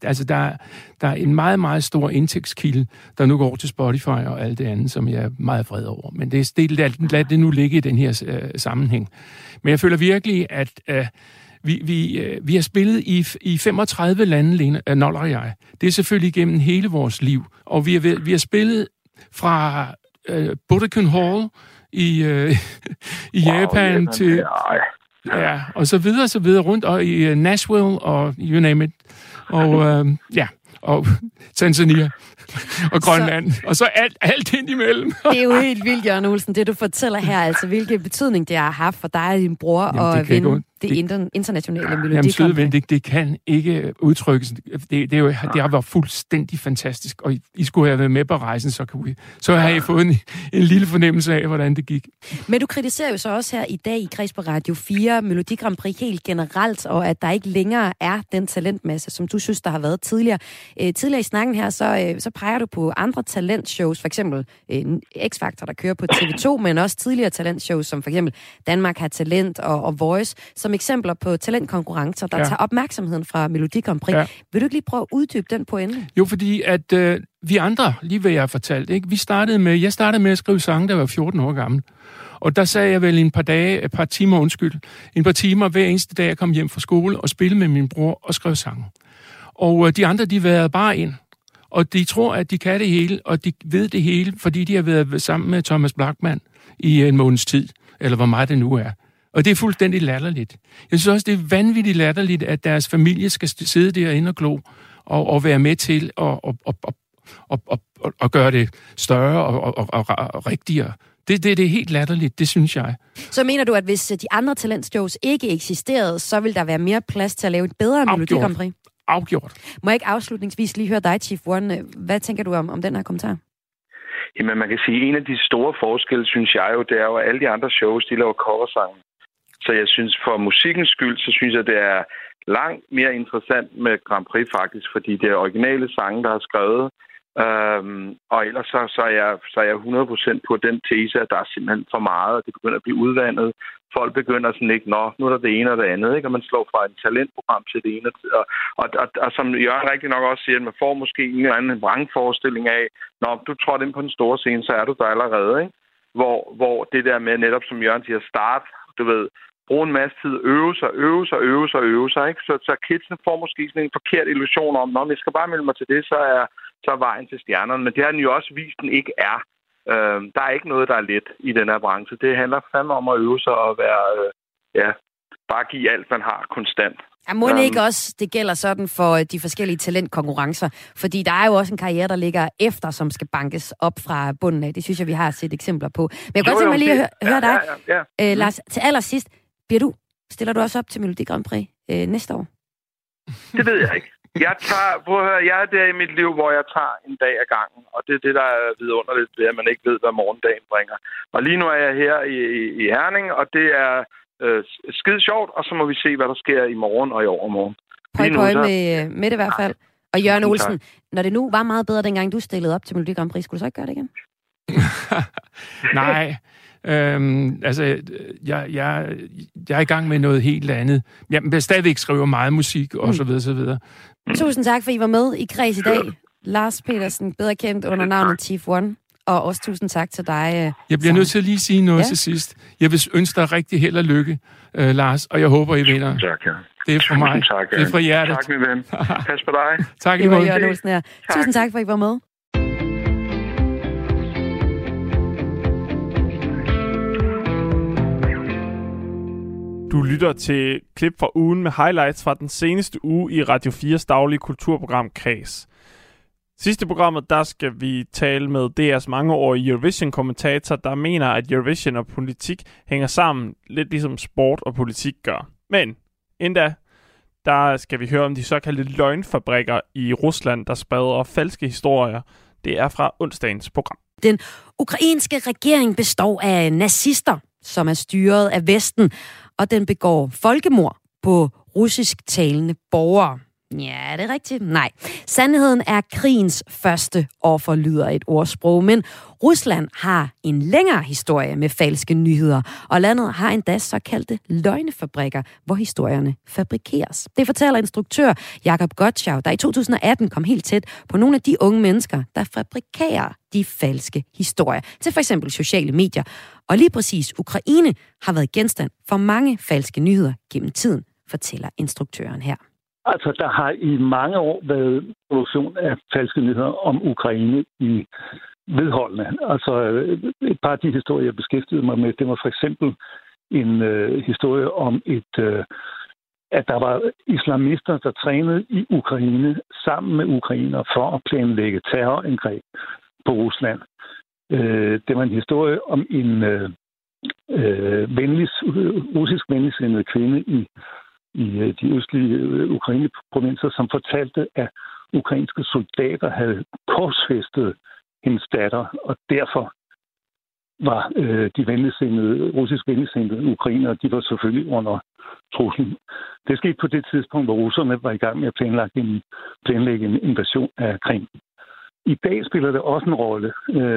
er en meget, meget stor indtægtskilde, der nu går til Spotify og alt det andet, som jeg er meget vred over. Men lad det nu ligge i den her sammenhæng. Men jeg føler virkelig, at... Vi har spillet i 35 lande, Noller og jeg. Det er selvfølgelig gennem hele vores liv. Og vi har spillet fra Budokan Hall i Japan til... Ja, og så videre rundt, og i Nashville, og you name it. Og og Tanzania og Grønland, og så alt ind imellem. Det er jo helt vildt, Jørgen Olsen, det du fortæller her, altså hvilken betydning det har haft for dig og din bror at vinde det internationale Melodi Grand Prix. Jamen, det kan ikke udtrykkes. Det har været fuldstændig fantastisk, og I skulle have været med på rejsen, så har I fået en lille fornemmelse af, hvordan det gik. Men du kritiserer jo så også her i dag i Kreds på Radio 4 Melodi Grand Prix helt generelt, og at der ikke længere er den talentmasse, som du synes, der har været tidligere. Tidligere i snakken her, så peger du på andre talentshows, for eksempel X-Factor, der kører på TV2, men også tidligere talentshows, som for eksempel Danmark har Talent og Voice, som eksempler på talentkonkurrencer, der tager opmærksomheden fra Melodi Grand Prix. Ja. Vil du ikke lige prøve at uddybe den pointe? Jo, fordi at vi andre, lige hvad jeg har fortalt, ikke? Jeg startede med at skrive sange, der var 14 år gammel. Og der sagde jeg vel en par timer hver eneste dag, jeg kom hjem fra skole og spillede med min bror og skrev sange. Og de andre, de været bare ind. Og de tror, at de kan det hele, og de ved det hele, fordi de har været sammen med Thomas Blachman i en måneds tid, eller hvor meget det nu er. Og det er fuldstændig latterligt. Jeg synes også, det er vanvittigt latterligt, at deres familie skal sidde derinde og glo og være med til at gøre det større og rigtigere. Det er helt latterligt, det synes jeg. Så mener du, at hvis de andre talentshows ikke eksisterede, så vil der være mere plads til at lave et bedre Melodi Grand Prix? Afgjort. Må jeg ikke afslutningsvis lige høre dig, Chief One? Hvad tænker du om den her kommentar? Jamen, man kan sige, at en af de store forskelle, synes jeg jo, det er jo, at alle de andre shows, de laver coversange. Så jeg synes, for musikkens skyld, så synes jeg, det er langt mere interessant med Grand Prix faktisk, fordi det er originale sange, der har skrevet. Og ellers så er jeg 100% på den tese, at der er simpelthen for meget, og det begynder at blive udvandet. Folk begynder sådan ikke, nu er der det ene og det andet, ikke? Og man slår fra et talentprogram til det ene. Og som Jørgen rigtig nok også siger, at man får måske en eller anden vrangforestilling af, når du trådte ind på den store scene, så er du der allerede, ikke? Hvor det der med netop, som Jørgen siger, start, du ved, bruge en masse tid, øve sig, ikke? Så kidsen får måske sådan en forkert illusion om, når jeg skal bare melde mig til det, så er vejen til stjernerne. Men det har den jo også vist, den ikke er. Der er ikke noget, der er let i den her branche. Det handler fandme om at øve sig og være, bare give alt, man har, konstant. Ja, må ikke også, det gælder sådan for de forskellige talentkonkurrencer, fordi der er jo også en karriere, der ligger efter, som skal bankes op fra bunden af. Det synes jeg, vi har set eksempler på. Men jeg kan godt tænke mig lige at høre dig, Lars, til allersidst. Stiller du også op til Melodi Grand Prix næste år? Det ved jeg ikke. Jeg er der i mit liv, hvor jeg tager en dag ad gangen, og det er det, der er vidunderligt ved, at man ikke ved, hvad morgendagen bringer. Og lige nu er jeg her i Herning, og det er skide sjovt, og så må vi se, hvad der sker i morgen og i overmorgen. Pøj med det i hvert fald. Og Jørgen Olsen, når det nu var meget bedre, dengang du stillede op til Melodi Grand Prix, skulle du så ikke gøre det igen? Nej. Jeg er i gang med noget helt andet. Jeg vil stadigvæk skrive meget musik, og så videre, så videre. Tusind tak, for I var med i Kreds i dag. Lars Petersen, bedre kendt under navnet Chief One. Og også tusind tak til dig. Jeg bliver nødt til at lige sige noget til sidst. Jeg vil ønske dig rigtig held og lykke, Lars, og jeg håber, I vinder. Tak, ja. Det er fra mig. Tak, det er fra hjertet. Tak, min ven. Pas på dig. Tak, det var Jørgen Olsen her. Tusind tak, for I var med. Du lytter til klip fra ugen med highlights fra den seneste uge i Radio 4's daglige kulturprogram Kreds. Sidste programmet, der skal vi tale med DR's mangeårige Eurovision-kommentator, der mener, at Eurovision og politik hænger sammen, lidt ligesom sport og politik gør. Men inden der skal vi høre om de såkaldte løgnfabrikker i Rusland, der spreder falske historier. Det er fra onsdagens program. Den ukrainske regering består af nazister, som er styret af Vesten, og den begår folkemord på russisk-talende borgere. Ja, er det rigtigt? Nej. Sandheden er krigens første offer, lyder et ordsprog, men Rusland har en længere historie med falske nyheder, og landet har endda såkaldte løgnefabrikker, hvor historierne fabrikeres. Det fortæller instruktør Jakob Gottschalk, der i 2018 kom helt tæt på nogle af de unge mennesker, der fabrikerer de falske historier til for eksempel sociale medier. Og lige præcis Ukraine har været genstand for mange falske nyheder gennem tiden, fortæller instruktøren her. Altså, der har i mange år været produktion af falske nyheder om Ukraine i vedholdende. Altså, et par af de historier, jeg beskæftigede mig med, det var for eksempel en historie om at der var islamister, der trænede i Ukraine sammen med ukrainer for at planlægge terrorangreb på Rusland. Det var en historie om en russisk venligsindet kvinde i de østlige Ukraine-provinser, som fortalte, at ukrainske soldater havde korsfæstet hendes datter, og derfor var de russisk venligsindede ukrainere, de var selvfølgelig under truslen. Det skete på det tidspunkt, hvor russerne var i gang med at planlægge en invasion af Krim. I dag spiller det også en rolle.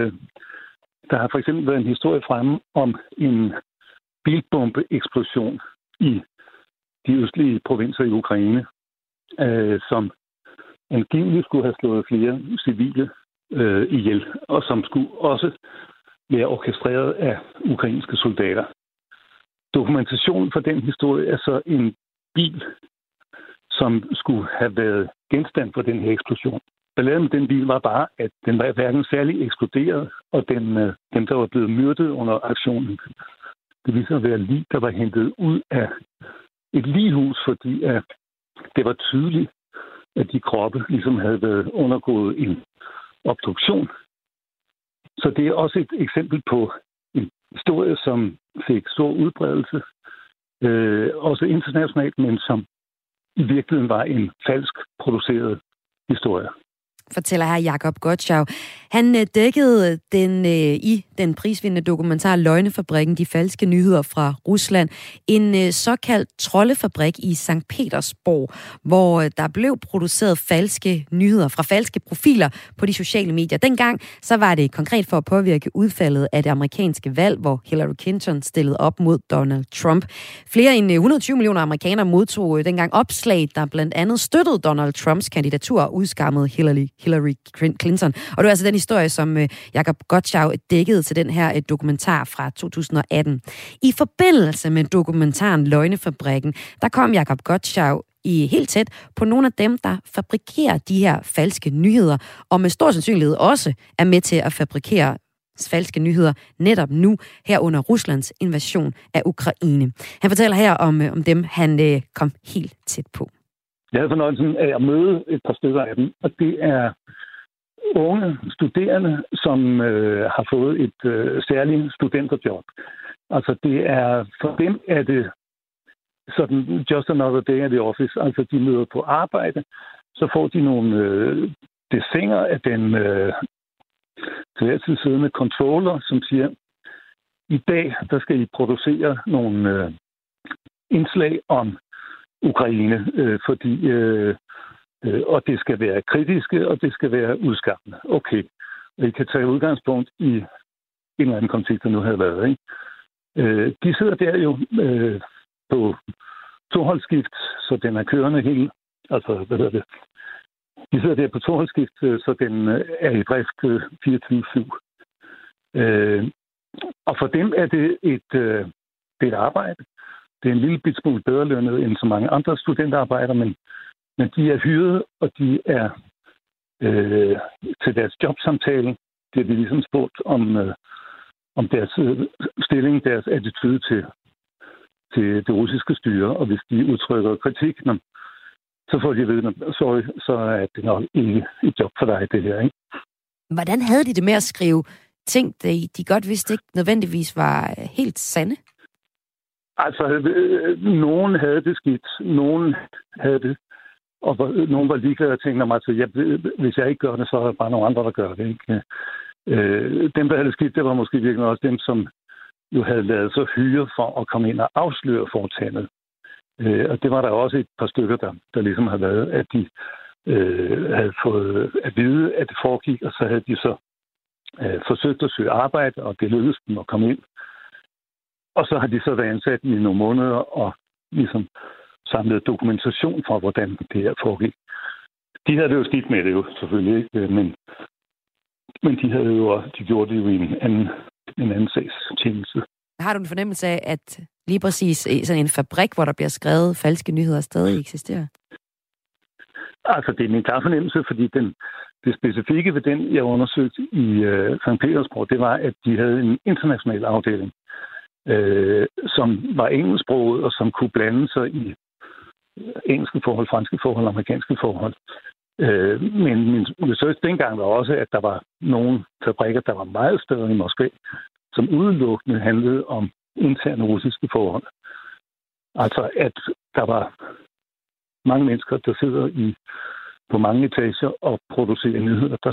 Der har for eksempel været en historie fremme om en bilbombeeksplosion i de østlige provinser i Ukraine, som angiveligt skulle have slået flere civile ihjel, og som skulle også være orkestreret af ukrainske soldater. Dokumentationen for den historie er så en bil, som skulle have været genstand for den her eksplosion. Balladen med den bil var bare, at den var hverken særlig eksploderet, og dem, der var blevet myrdet under aktionen, det viser at være lig, der var hentet ud af et lighus, fordi at det var tydeligt, at de kroppe ligesom havde været undergået en obduktion. Så det er også et eksempel på en historie, som fik stor udbredelse, også internationalt, men som i virkeligheden var en falsk produceret historie. Fortæller her Jakob Gottschalk. Han dækkede i den prisvindende dokumentar Løgnefabrikken, de falske nyheder fra Rusland, en såkaldt troldefabrik i Sankt Petersborg, hvor der blev produceret falske nyheder fra falske profiler på de sociale medier. Dengang så var det konkret for at påvirke udfaldet af det amerikanske valg, hvor Hillary Clinton stillede op mod Donald Trump. Flere end 120 millioner amerikanere modtog dengang opslag, der blandt andet støttede Donald Trumps kandidatur og udskammede Hillary Clinton. Og det var altså den historie, som Jakob Gottschalk dækkede til den her dokumentar fra 2018. I forbindelse med dokumentaren Løgnefabrikken, der kom Jakob Gottschalk helt tæt på nogle af dem, der fabrikerer de her falske nyheder, og med stor sandsynlighed også er med til at fabrikere falske nyheder netop nu, herunder Ruslands invasion af Ukraine. Han fortæller her om dem, han kom helt tæt på. Jeg havde fornøjelsen af at møde et par stykker af dem, og det er unge studerende, som har fået et særligt studenterjob. Altså det er, for dem er det sådan just another day at the office. Altså de møder på arbejde, så får de nogle dessiner af den til hver tid siddende controller, som siger, i dag der skal I producere nogle indslag om Ukraine, fordi og det skal være kritiske, og det skal være udskammende. Okay, og I kan tage udgangspunkt i en eller anden konflikt, der nu havde været. Ikke? De sidder der jo på toholdsskift, så den er kørende helt. Altså, hvad hedder det? De sidder der på toholdsskift, så den er i drift 24/7. Og for dem er det et arbejde. Det er en lille bit smule bedre lønnet end så mange andre studenterarbejder, men de er hyret, og de er til deres jobsamtale. Det er de ligesom spurgt om deres stilling, deres attitude til det russiske styre. Og hvis de udtrykker kritik, så får de at vide, så er det nok ikke et job for dig, det her. Ikke? Hvordan havde de det med at skrive ting, de godt vidste ikke nødvendigvis var helt sande? Altså, nogen havde det skidt, nogen havde det, og nogen var ligeglade og tænkte, altså, hvis jeg ikke gør det, så er der bare nogle andre, der gør det. Ikke? Dem, der havde det skidt, det var måske virkelig også dem, som jo havde lavet sig hyre for at komme ind og afsløre foretagendet. Og det var der også et par stykker, der ligesom havde været, at de havde fået at vide, at det foregik, og så havde de så forsøgt at søge arbejde, og det lykkedes dem at komme ind. Og så har de så været ansat i nogle måneder og ligesom samlet dokumentation for, hvordan det her foregik. De havde det jo skidt med det jo, selvfølgelig ikke, men de gjorde det jo i en anden sagstjeneste. Har du en fornemmelse af, at lige præcis sådan en fabrik, hvor der bliver skrevet falske nyheder, stadig eksisterer? Altså, det er min klare fornemmelse, fordi det specifikke ved den, jeg undersøgte i St. Petersborg, det var, at de havde en international afdeling, som var engelsksproget, og som kunne blande sig i engelske forhold, franske forhold, amerikanske forhold. Men min research dengang var også, at der var nogle fabrikker, der var meget større i Moskva, som udelukkende handlede om interne russiske forhold. Altså, at der var mange mennesker, der sidder på mange etager og producerer nyheder, der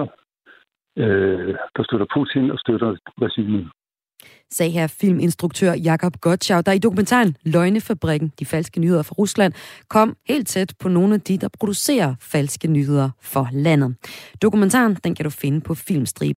støtter Putin og støtter regimet. Sagde her filminstruktør Jakob Gottschalk, der i dokumentaren Løgnefabrikken, de falske nyheder fra Rusland, kom helt tæt på nogle af de, der producerer falske nyheder for landet. Dokumentaren, den kan du finde på Filmstriben.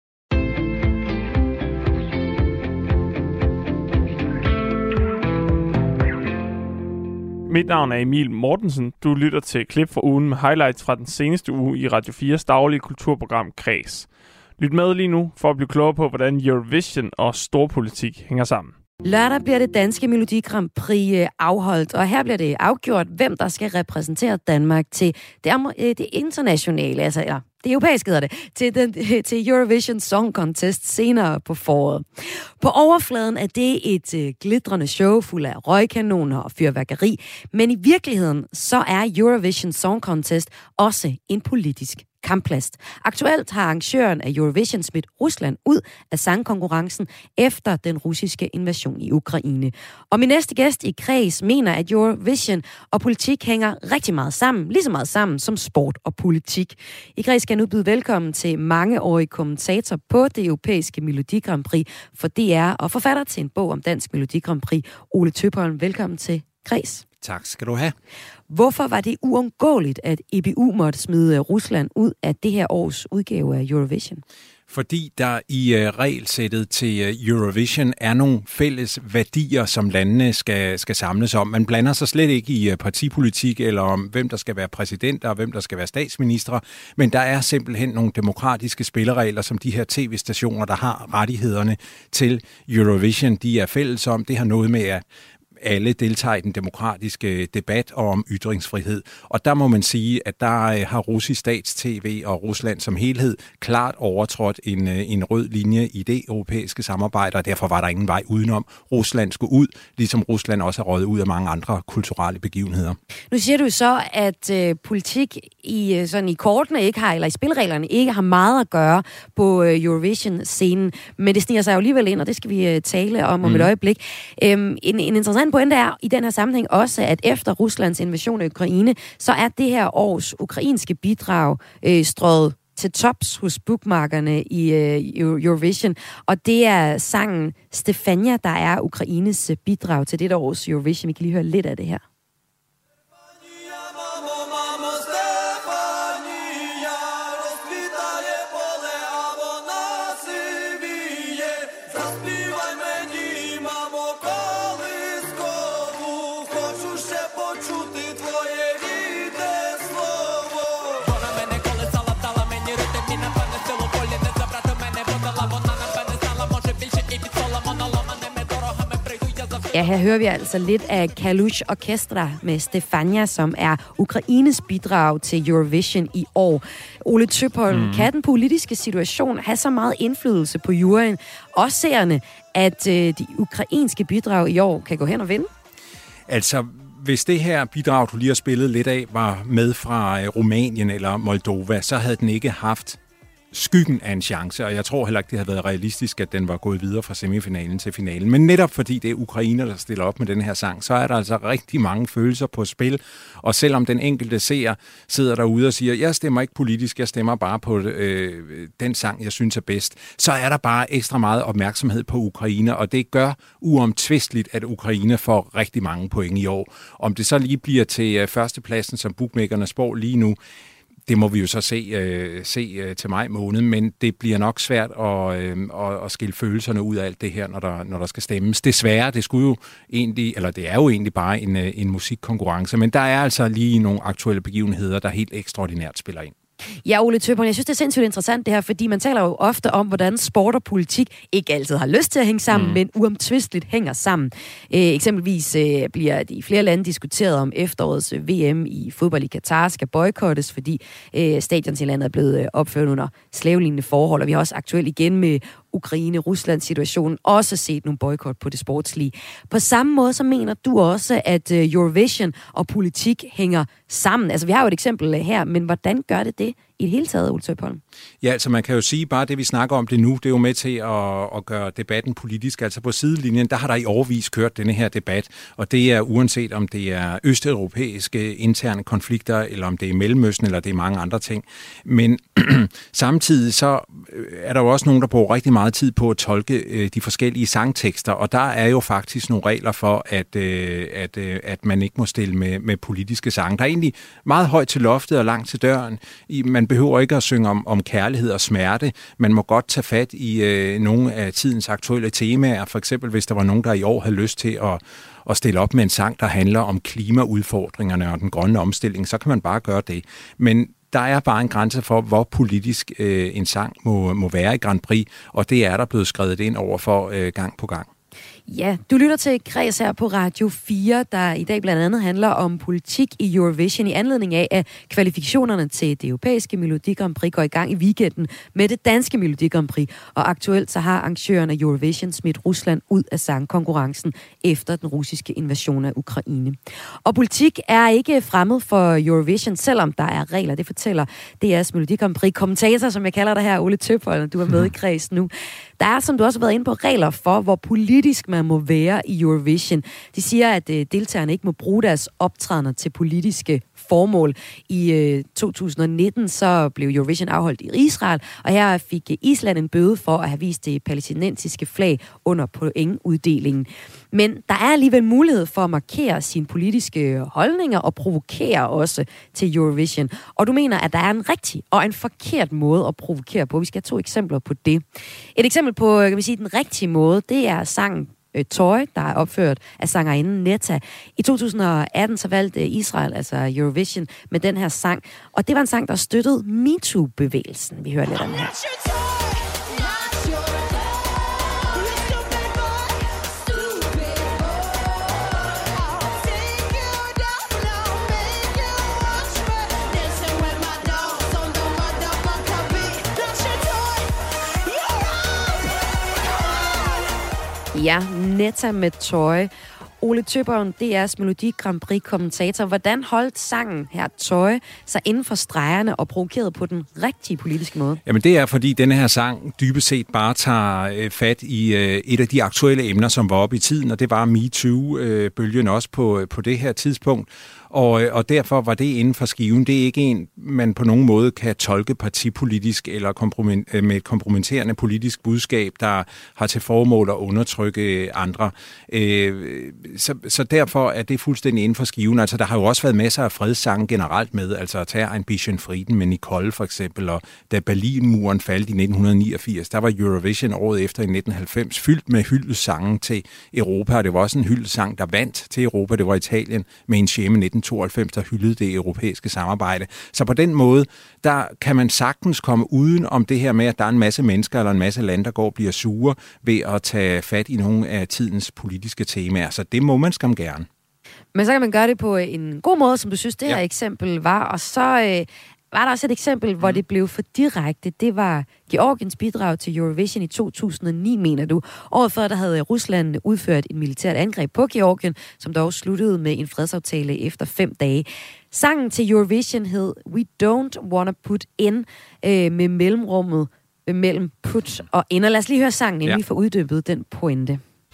Mit navn er Emil Mortensen. Du lytter til klip fra ugen med highlights fra den seneste uge i Radio 4's daglige kulturprogram Kreds. Lyt med lige nu for at blive klogere på, hvordan Eurovision og storpolitik hænger sammen. Lørdag bliver det danske Melodi Grand Prix afholdt, og her bliver det afgjort, hvem der skal repræsentere Danmark til det internationale, altså det europæiske hedder det, til Eurovision Song Contest senere på foråret. På overfladen er det et glitrende show fuld af røgkanoner og fyrværkeri, men i virkeligheden så er Eurovision Song Contest også en politisk kampplads. Aktuelt har arrangøren af Eurovision smidt Rusland ud af sangkonkurrencen efter den russiske invasion i Ukraine. Og min næste gæst i Kreds mener, at Eurovision og politik hænger rigtig meget sammen, lige så meget sammen som sport og politik. I Kreds skal jeg nu byde velkommen til mangeårig kommentator på det europæiske Melodi Grand Prix for DR og forfatter til en bog om dansk Melodi Grand Prix, Ole Tøpholm. Velkommen til Kreds. Tak skal du have. Hvorfor var det uundgåeligt, at EBU måtte smide Rusland ud af det her års udgave af Eurovision? Fordi der i regelsættet til Eurovision er nogle fælles værdier, som landene skal samles om. Man blander sig slet ikke i partipolitik eller om, hvem der skal være præsidenter og hvem der skal være statsministre, men der er simpelthen nogle demokratiske spilleregler, som de her tv-stationer, der har rettighederne til Eurovision, de er fælles om. Det har noget med alle deltager i den demokratiske debat og om ytringsfrihed. Og der må man sige, at der har russisk stats-TV og Rusland som helhed klart overtrådt en rød linje i det europæiske samarbejde, og derfor var der ingen vej udenom. Rusland skulle ud, ligesom Rusland også er røget ud af mange andre kulturelle begivenheder. Nu siger du så, at politik i kortene ikke har, eller i spilreglerne ikke har meget at gøre på Eurovision-scenen, men det sniger sig jo alligevel ind, og det skal vi tale om et øjeblik. En interessant pointe er i den her sammenhæng også, at efter Ruslands invasion af Ukraine, så er det her års ukrainske bidrag strøget til tops hos bookmarkerne i Eurovision, og det er sangen Stefania, der er Ukraines bidrag til dette års Eurovision. Vi kan lige høre lidt af det her. Ja, her hører vi altså lidt af Kalush Orkestra med Stefania, som er Ukraines bidrag til Eurovision i år. Ole Tøpholm, kan den politiske situation have så meget indflydelse på juryen og seerne, at de ukrainske bidrag i år kan gå hen og vinde? Altså, hvis det her bidrag, du lige har spillet lidt af, var med fra Rumænien eller Moldova, så havde den ikke haft skyggen af en chance, og jeg tror heller ikke, det havde været realistisk, at den var gået videre fra semifinalen til finalen. Men netop fordi det er ukrainer, der stiller op med den her sang, så er der altså rigtig mange følelser på spil, og selvom den enkelte seer sidder derude og siger, jeg stemmer ikke politisk, jeg stemmer bare på den sang, jeg synes er bedst, så er der bare ekstra meget opmærksomhed på Ukraine, og det gør uomtvisteligt, at Ukraine får rigtig mange point i år. Om det så lige bliver til førstepladsen, som bookmakerne spår lige nu, det må vi jo så se til maj måned, men det bliver nok svært at skille følelserne ud af alt det her, når der skal stemmes. Desværre, det er jo egentlig bare en musikkonkurrence, men der er altså lige nogle aktuelle begivenheder, der helt ekstraordinært spiller ind. Ja, Ole Tøpholm, jeg synes, det er sindssygt interessant det her, fordi man taler jo ofte om, hvordan sport og politik ikke altid har lyst til at hænge sammen, men uomtvisteligt hænger sammen. Eksempelvis bliver det i flere lande diskuteret om efterårets VM i fodbold i Katar skal boykottes, fordi stadion til landet er blevet opført under slavelignende forhold, og vi har også aktuelt igen med Ukraine-Ruslands situation også set nogle boykot på det sportslige. På samme måde så mener du også, at Eurovision og politik hænger sammen. Altså vi har jo et eksempel her, men hvordan gør det i det hele taget, Ole Tøpholm? Ja, altså man kan jo sige, bare det vi snakker om det nu, det er jo med til at gøre debatten politisk. Altså på sidelinjen, der har der i årevis kørt denne her debat, og det er uanset om det er østeuropæiske interne konflikter, eller om det er Mellemøsten, eller det er mange andre ting. Men samtidig så er der jo også nogen, der bruger rigtig meget tid på at tolke de forskellige sangtekster, og der er jo faktisk nogle regler for, at man ikke må stille med politiske sange. Der er egentlig meget højt til loftet og langt til døren. Man behøver ikke at synge om kærlighed og smerte. Man må godt tage fat i nogle af tidens aktuelle temaer. For eksempel, hvis der var nogen, der i år havde lyst til at stille op med en sang, der handler om klimaudfordringerne og den grønne omstilling, så kan man bare gøre det. Men der er bare en grænse for, hvor politisk en sang må være i Grand Prix, og det er der blevet skrevet ind over for gang på gang. Ja, du lytter til Kreds her på Radio 4, der i dag blandt andet handler om politik i Eurovision i anledning af, at kvalifikationerne til det europæiske Melodi Grand Prix går i gang i weekenden med det danske Melodi Grand Prix. Og aktuelt så har arrangøren af Eurovision smidt Rusland ud af sangkonkurrencen efter den russiske invasion af Ukraine. Og politik er ikke fremmed for Eurovision, selvom der er regler. Det fortæller DR's Melodi Grand Prix kommentator, som jeg kalder dig her, Ole Tøpholm, du er med i Kreds nu. Der er, som du også har været inde på, regler for, hvor politisk man må være i Eurovision. De siger, at deltagerne ikke må bruge deres optrædener til politiske formål. I 2019 så blev Eurovision afholdt i Israel, og her fik Island en bøde for at have vist det palæstinensiske flag under pointuddelingen. Men der er alligevel mulighed for at markere sine politiske holdninger og provokere også til Eurovision. Og du mener, at der er en rigtig og en forkert måde at provokere på. Vi skal have 2 eksempler på det. Et eksempel på, kan vi sige, den rigtige måde, det er sangen Toy, der er opført af sangerinden Netta. I 2018 så valgte Israel, altså Eurovision, med den her sang. Og det var en sang, der støttede MeToo-bevægelsen. Vi hører lidt om her. Ja, Netta med Tøj. Ole Tøberen, DR's Melodi Grand Prix-kommentator. Hvordan holdt sangen her Tøj sig inden for stregerne og provokeret på den rigtige politiske måde? Jamen det er, fordi denne her sang dybest set bare tager fat i et af de aktuelle emner, som var oppe i tiden, og det var MeToo-bølgen også på det her tidspunkt. Og derfor var det inden for skiven. Det er ikke en, man på nogen måde kan tolke partipolitisk eller med et kompromitterende politisk budskab, der har til formål at undertrykke andre. Så derfor er det fuldstændig inden for skiven. Altså, der har jo også været masser af fredssange generelt med, altså at tage Ein bisschen Frieden med Nicole for eksempel, og da Berlinmuren faldt i 1989, der var Eurovision året efter i 1990 fyldt med hyldestsange til Europa, og det var også en hyldesang, der vandt til Europa. Det var Italien med Insieme 1992, der hyldede det europæiske samarbejde. Så på den måde, der kan man sagtens komme uden om det her med, at der er en masse mennesker eller en masse lande, der går og bliver sure ved at tage fat i nogle af tidens politiske temaer. Så det må man skam gerne. Men så kan man gøre det på en god måde, som du synes, det her eksempel var. Og så var der også et eksempel, hvor det blev for direkte. Det var Georgiens bidrag til Eurovision i 2009, mener du. Året før, der havde Rusland udført et militært angreb på Georgien, som dog sluttede med en fredsaftale efter 5 dage. Sangen til Eurovision hed We Don't Wanna Put In, med mellemrummet mellem put og in. Og lad os lige høre sangen, inden vi får uddybet den pointe.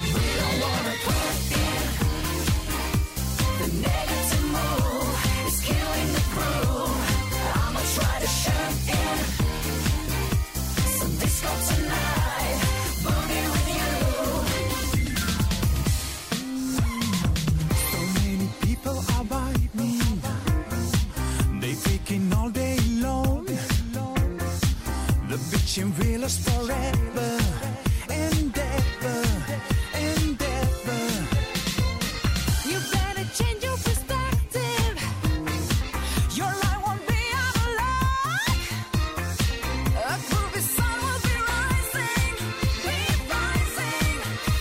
Will us forever, endeavor, endeavor. You better change your perspective. Your life won't be out of luck. A groovy sun will be rising, it's rising.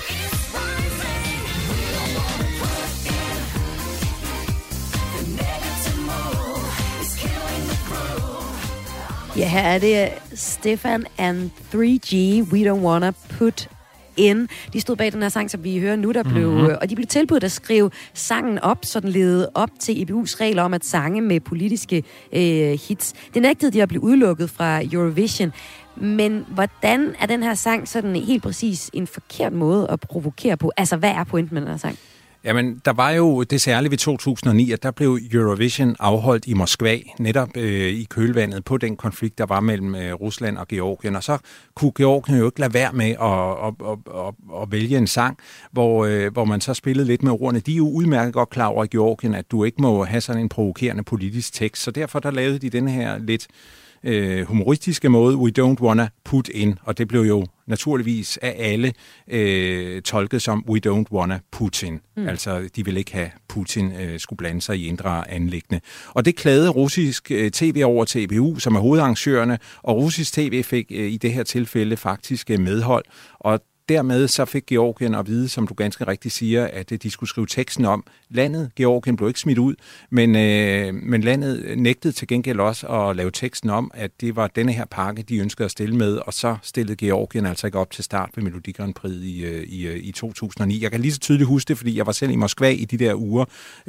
We don't wanna put in the negative mood. It's killing the crew. Ja, her er det Stefan and 3G, We Don't Wanna Put In. De stod bag den her sang, som vi hører nu, der blev, og de blev tilbudt at skrive sangen op, så den levede op til EBU's regler om at sange med politiske hits. Det nægtede de at blive udelukket fra Eurovision. Men hvordan er den her sang sådan helt præcis en forkert måde at provokere på? Altså, hvad er pointen med den her sang? Jamen, der var jo det særlige ved 2009, at der blev Eurovision afholdt i Moskva, netop i kølvandet på den konflikt, der var mellem Rusland og Georgien. Og så kunne Georgien jo ikke lade være med at vælge en sang, hvor man så spillede lidt med ordene. De er jo udmærket godt klar over i Georgien, at du ikke må have sådan en provokerende politisk tekst. Så derfor der lavede de den her lidt humoristiske måde, We Don't Wanna Put In, og det blev jo naturligvis af alle tolket som We Don't Wanna Putin. Altså, de ville ikke have Putin skulle blande sig i indre anliggende. Og det klagede russisk tv over til EBU, som er hovedarrangørerne, og russisk tv fik i det her tilfælde faktisk medhold, og dermed så fik Georgien at vide, som du ganske rigtigt siger, at de skulle skrive teksten om. Landet, Georgien, blev ikke smidt ud, men landet nægtede til gengæld også at lave teksten om, at det var denne her pakke, de ønskede at stille med, og så stillede Georgien altså ikke op til start ved Melodi Grand Prix i 2009. Jeg kan lige så tydeligt huske det, fordi jeg var selv i Moskva i de der uger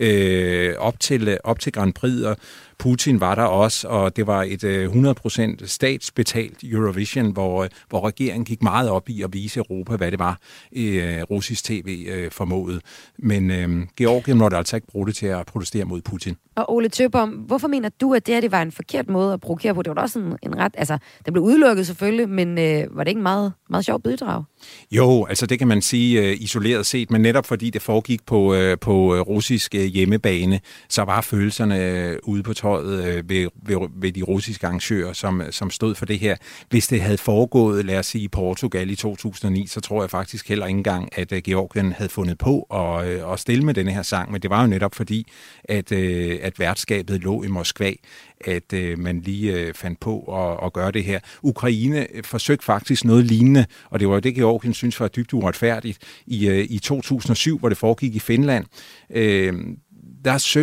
op til Grand Prix, og Putin var der også, og det var et 100% statsbetalt Eurovision, hvor regeringen gik meget op i at vise Europa, hvad det var, russisk tv formåede. Men Georgien måtte altså ikke bruge det til at protestere mod Putin. Og Ole Tøbom, hvorfor mener du, at det var en forkert måde at provokere på? Det var da også en ret... Altså, den blev udelukket selvfølgelig, men var det ikke en meget, meget sjov bidrag? Jo, altså det kan man sige isoleret set, men netop fordi det foregik på russisk hjemmebane, så var følelserne ude på tøjet ved de russiske arrangører, som stod for det her. Hvis det havde foregået, lad os sige, i Portugal i 2009, så tror jeg faktisk heller ikke engang, at Georgien havde fundet på at stille med denne her sang, men det var jo netop fordi, at værtskabet lå i Moskva, at man lige fandt på at gøre det her. Ukraine forsøgte faktisk noget lignende, og det var jo det, Georgien synes var dybt uretfærdigt i 2007, hvor det foregik i Finland.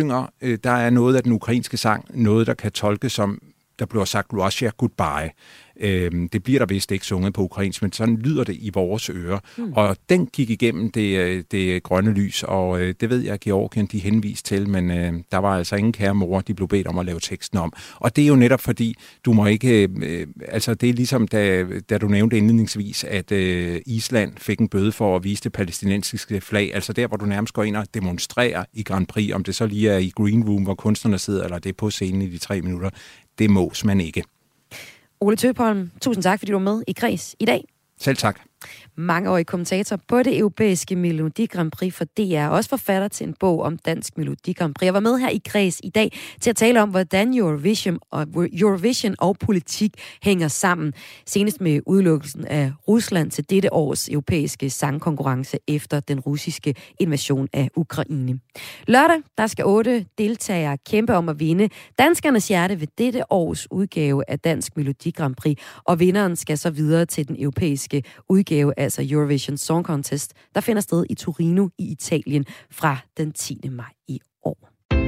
Der er noget af den ukrainske sang, noget der kan tolkes som, der bliver sagt Russia goodbye. Det bliver der vist ikke sunget på ukrainsk, men sådan lyder det i vores ører. Og den gik igennem det grønne lys, og det ved jeg, Georgien de henviste til, men der var altså ingen kære mor, de blev bedt om at lave teksten om. Og det er jo netop fordi, du må ikke... altså det er ligesom, da du nævnte indledningsvis, at Island fik en bøde for at vise det palæstinensiske flag. Altså der, hvor du nærmest går ind og demonstrerer i Grand Prix, om det så lige er i Green Room, hvor kunstnerne sidder, eller det er på scenen i de 3 minutter. Det mås man ikke. Ole Tøpholm, tusind tak, fordi du var med i Kreds i dag. Selv tak. Mangeårig kommentator på det europæiske Melodi Grand Prix for DR, også forfatter til en bog om dansk Melodi Grand Prix. Jeg var med her i Kreds i dag til at tale om, hvordan Eurovision og politik hænger sammen. Senest med udelukkelsen af Rusland til dette års europæiske sangkonkurrence efter den russiske invasion af Ukraine. Lørdag, der skal 8 deltagere kæmpe om at vinde danskernes hjerte ved dette års udgave af Dansk Melodi Grand Prix, og vinderen skal så videre til den europæiske udgave, altså Eurovision Song Contest, der finder sted i Torino i Italien fra den 10. maj i år.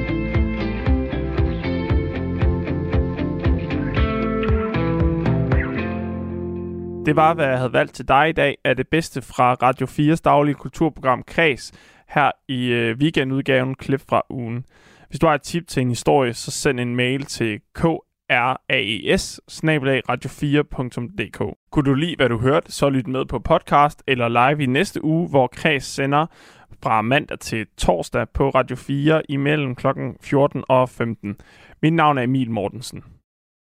Det var, hvad jeg havde valgt til dig i dag, af det bedste fra Radio 4's daglige kulturprogram Kreds, her i weekendudgaven klip fra ugen. Hvis du har et tip til en historie, så send en mail til kraes@radio4.dk. Kunne du lide, hvad du hørte, så lyt med på podcast eller live i næste uge, hvor Kreds sender fra mandag til torsdag på Radio 4 imellem kl. 14 og 15. Mit navn er Emil Mortensen.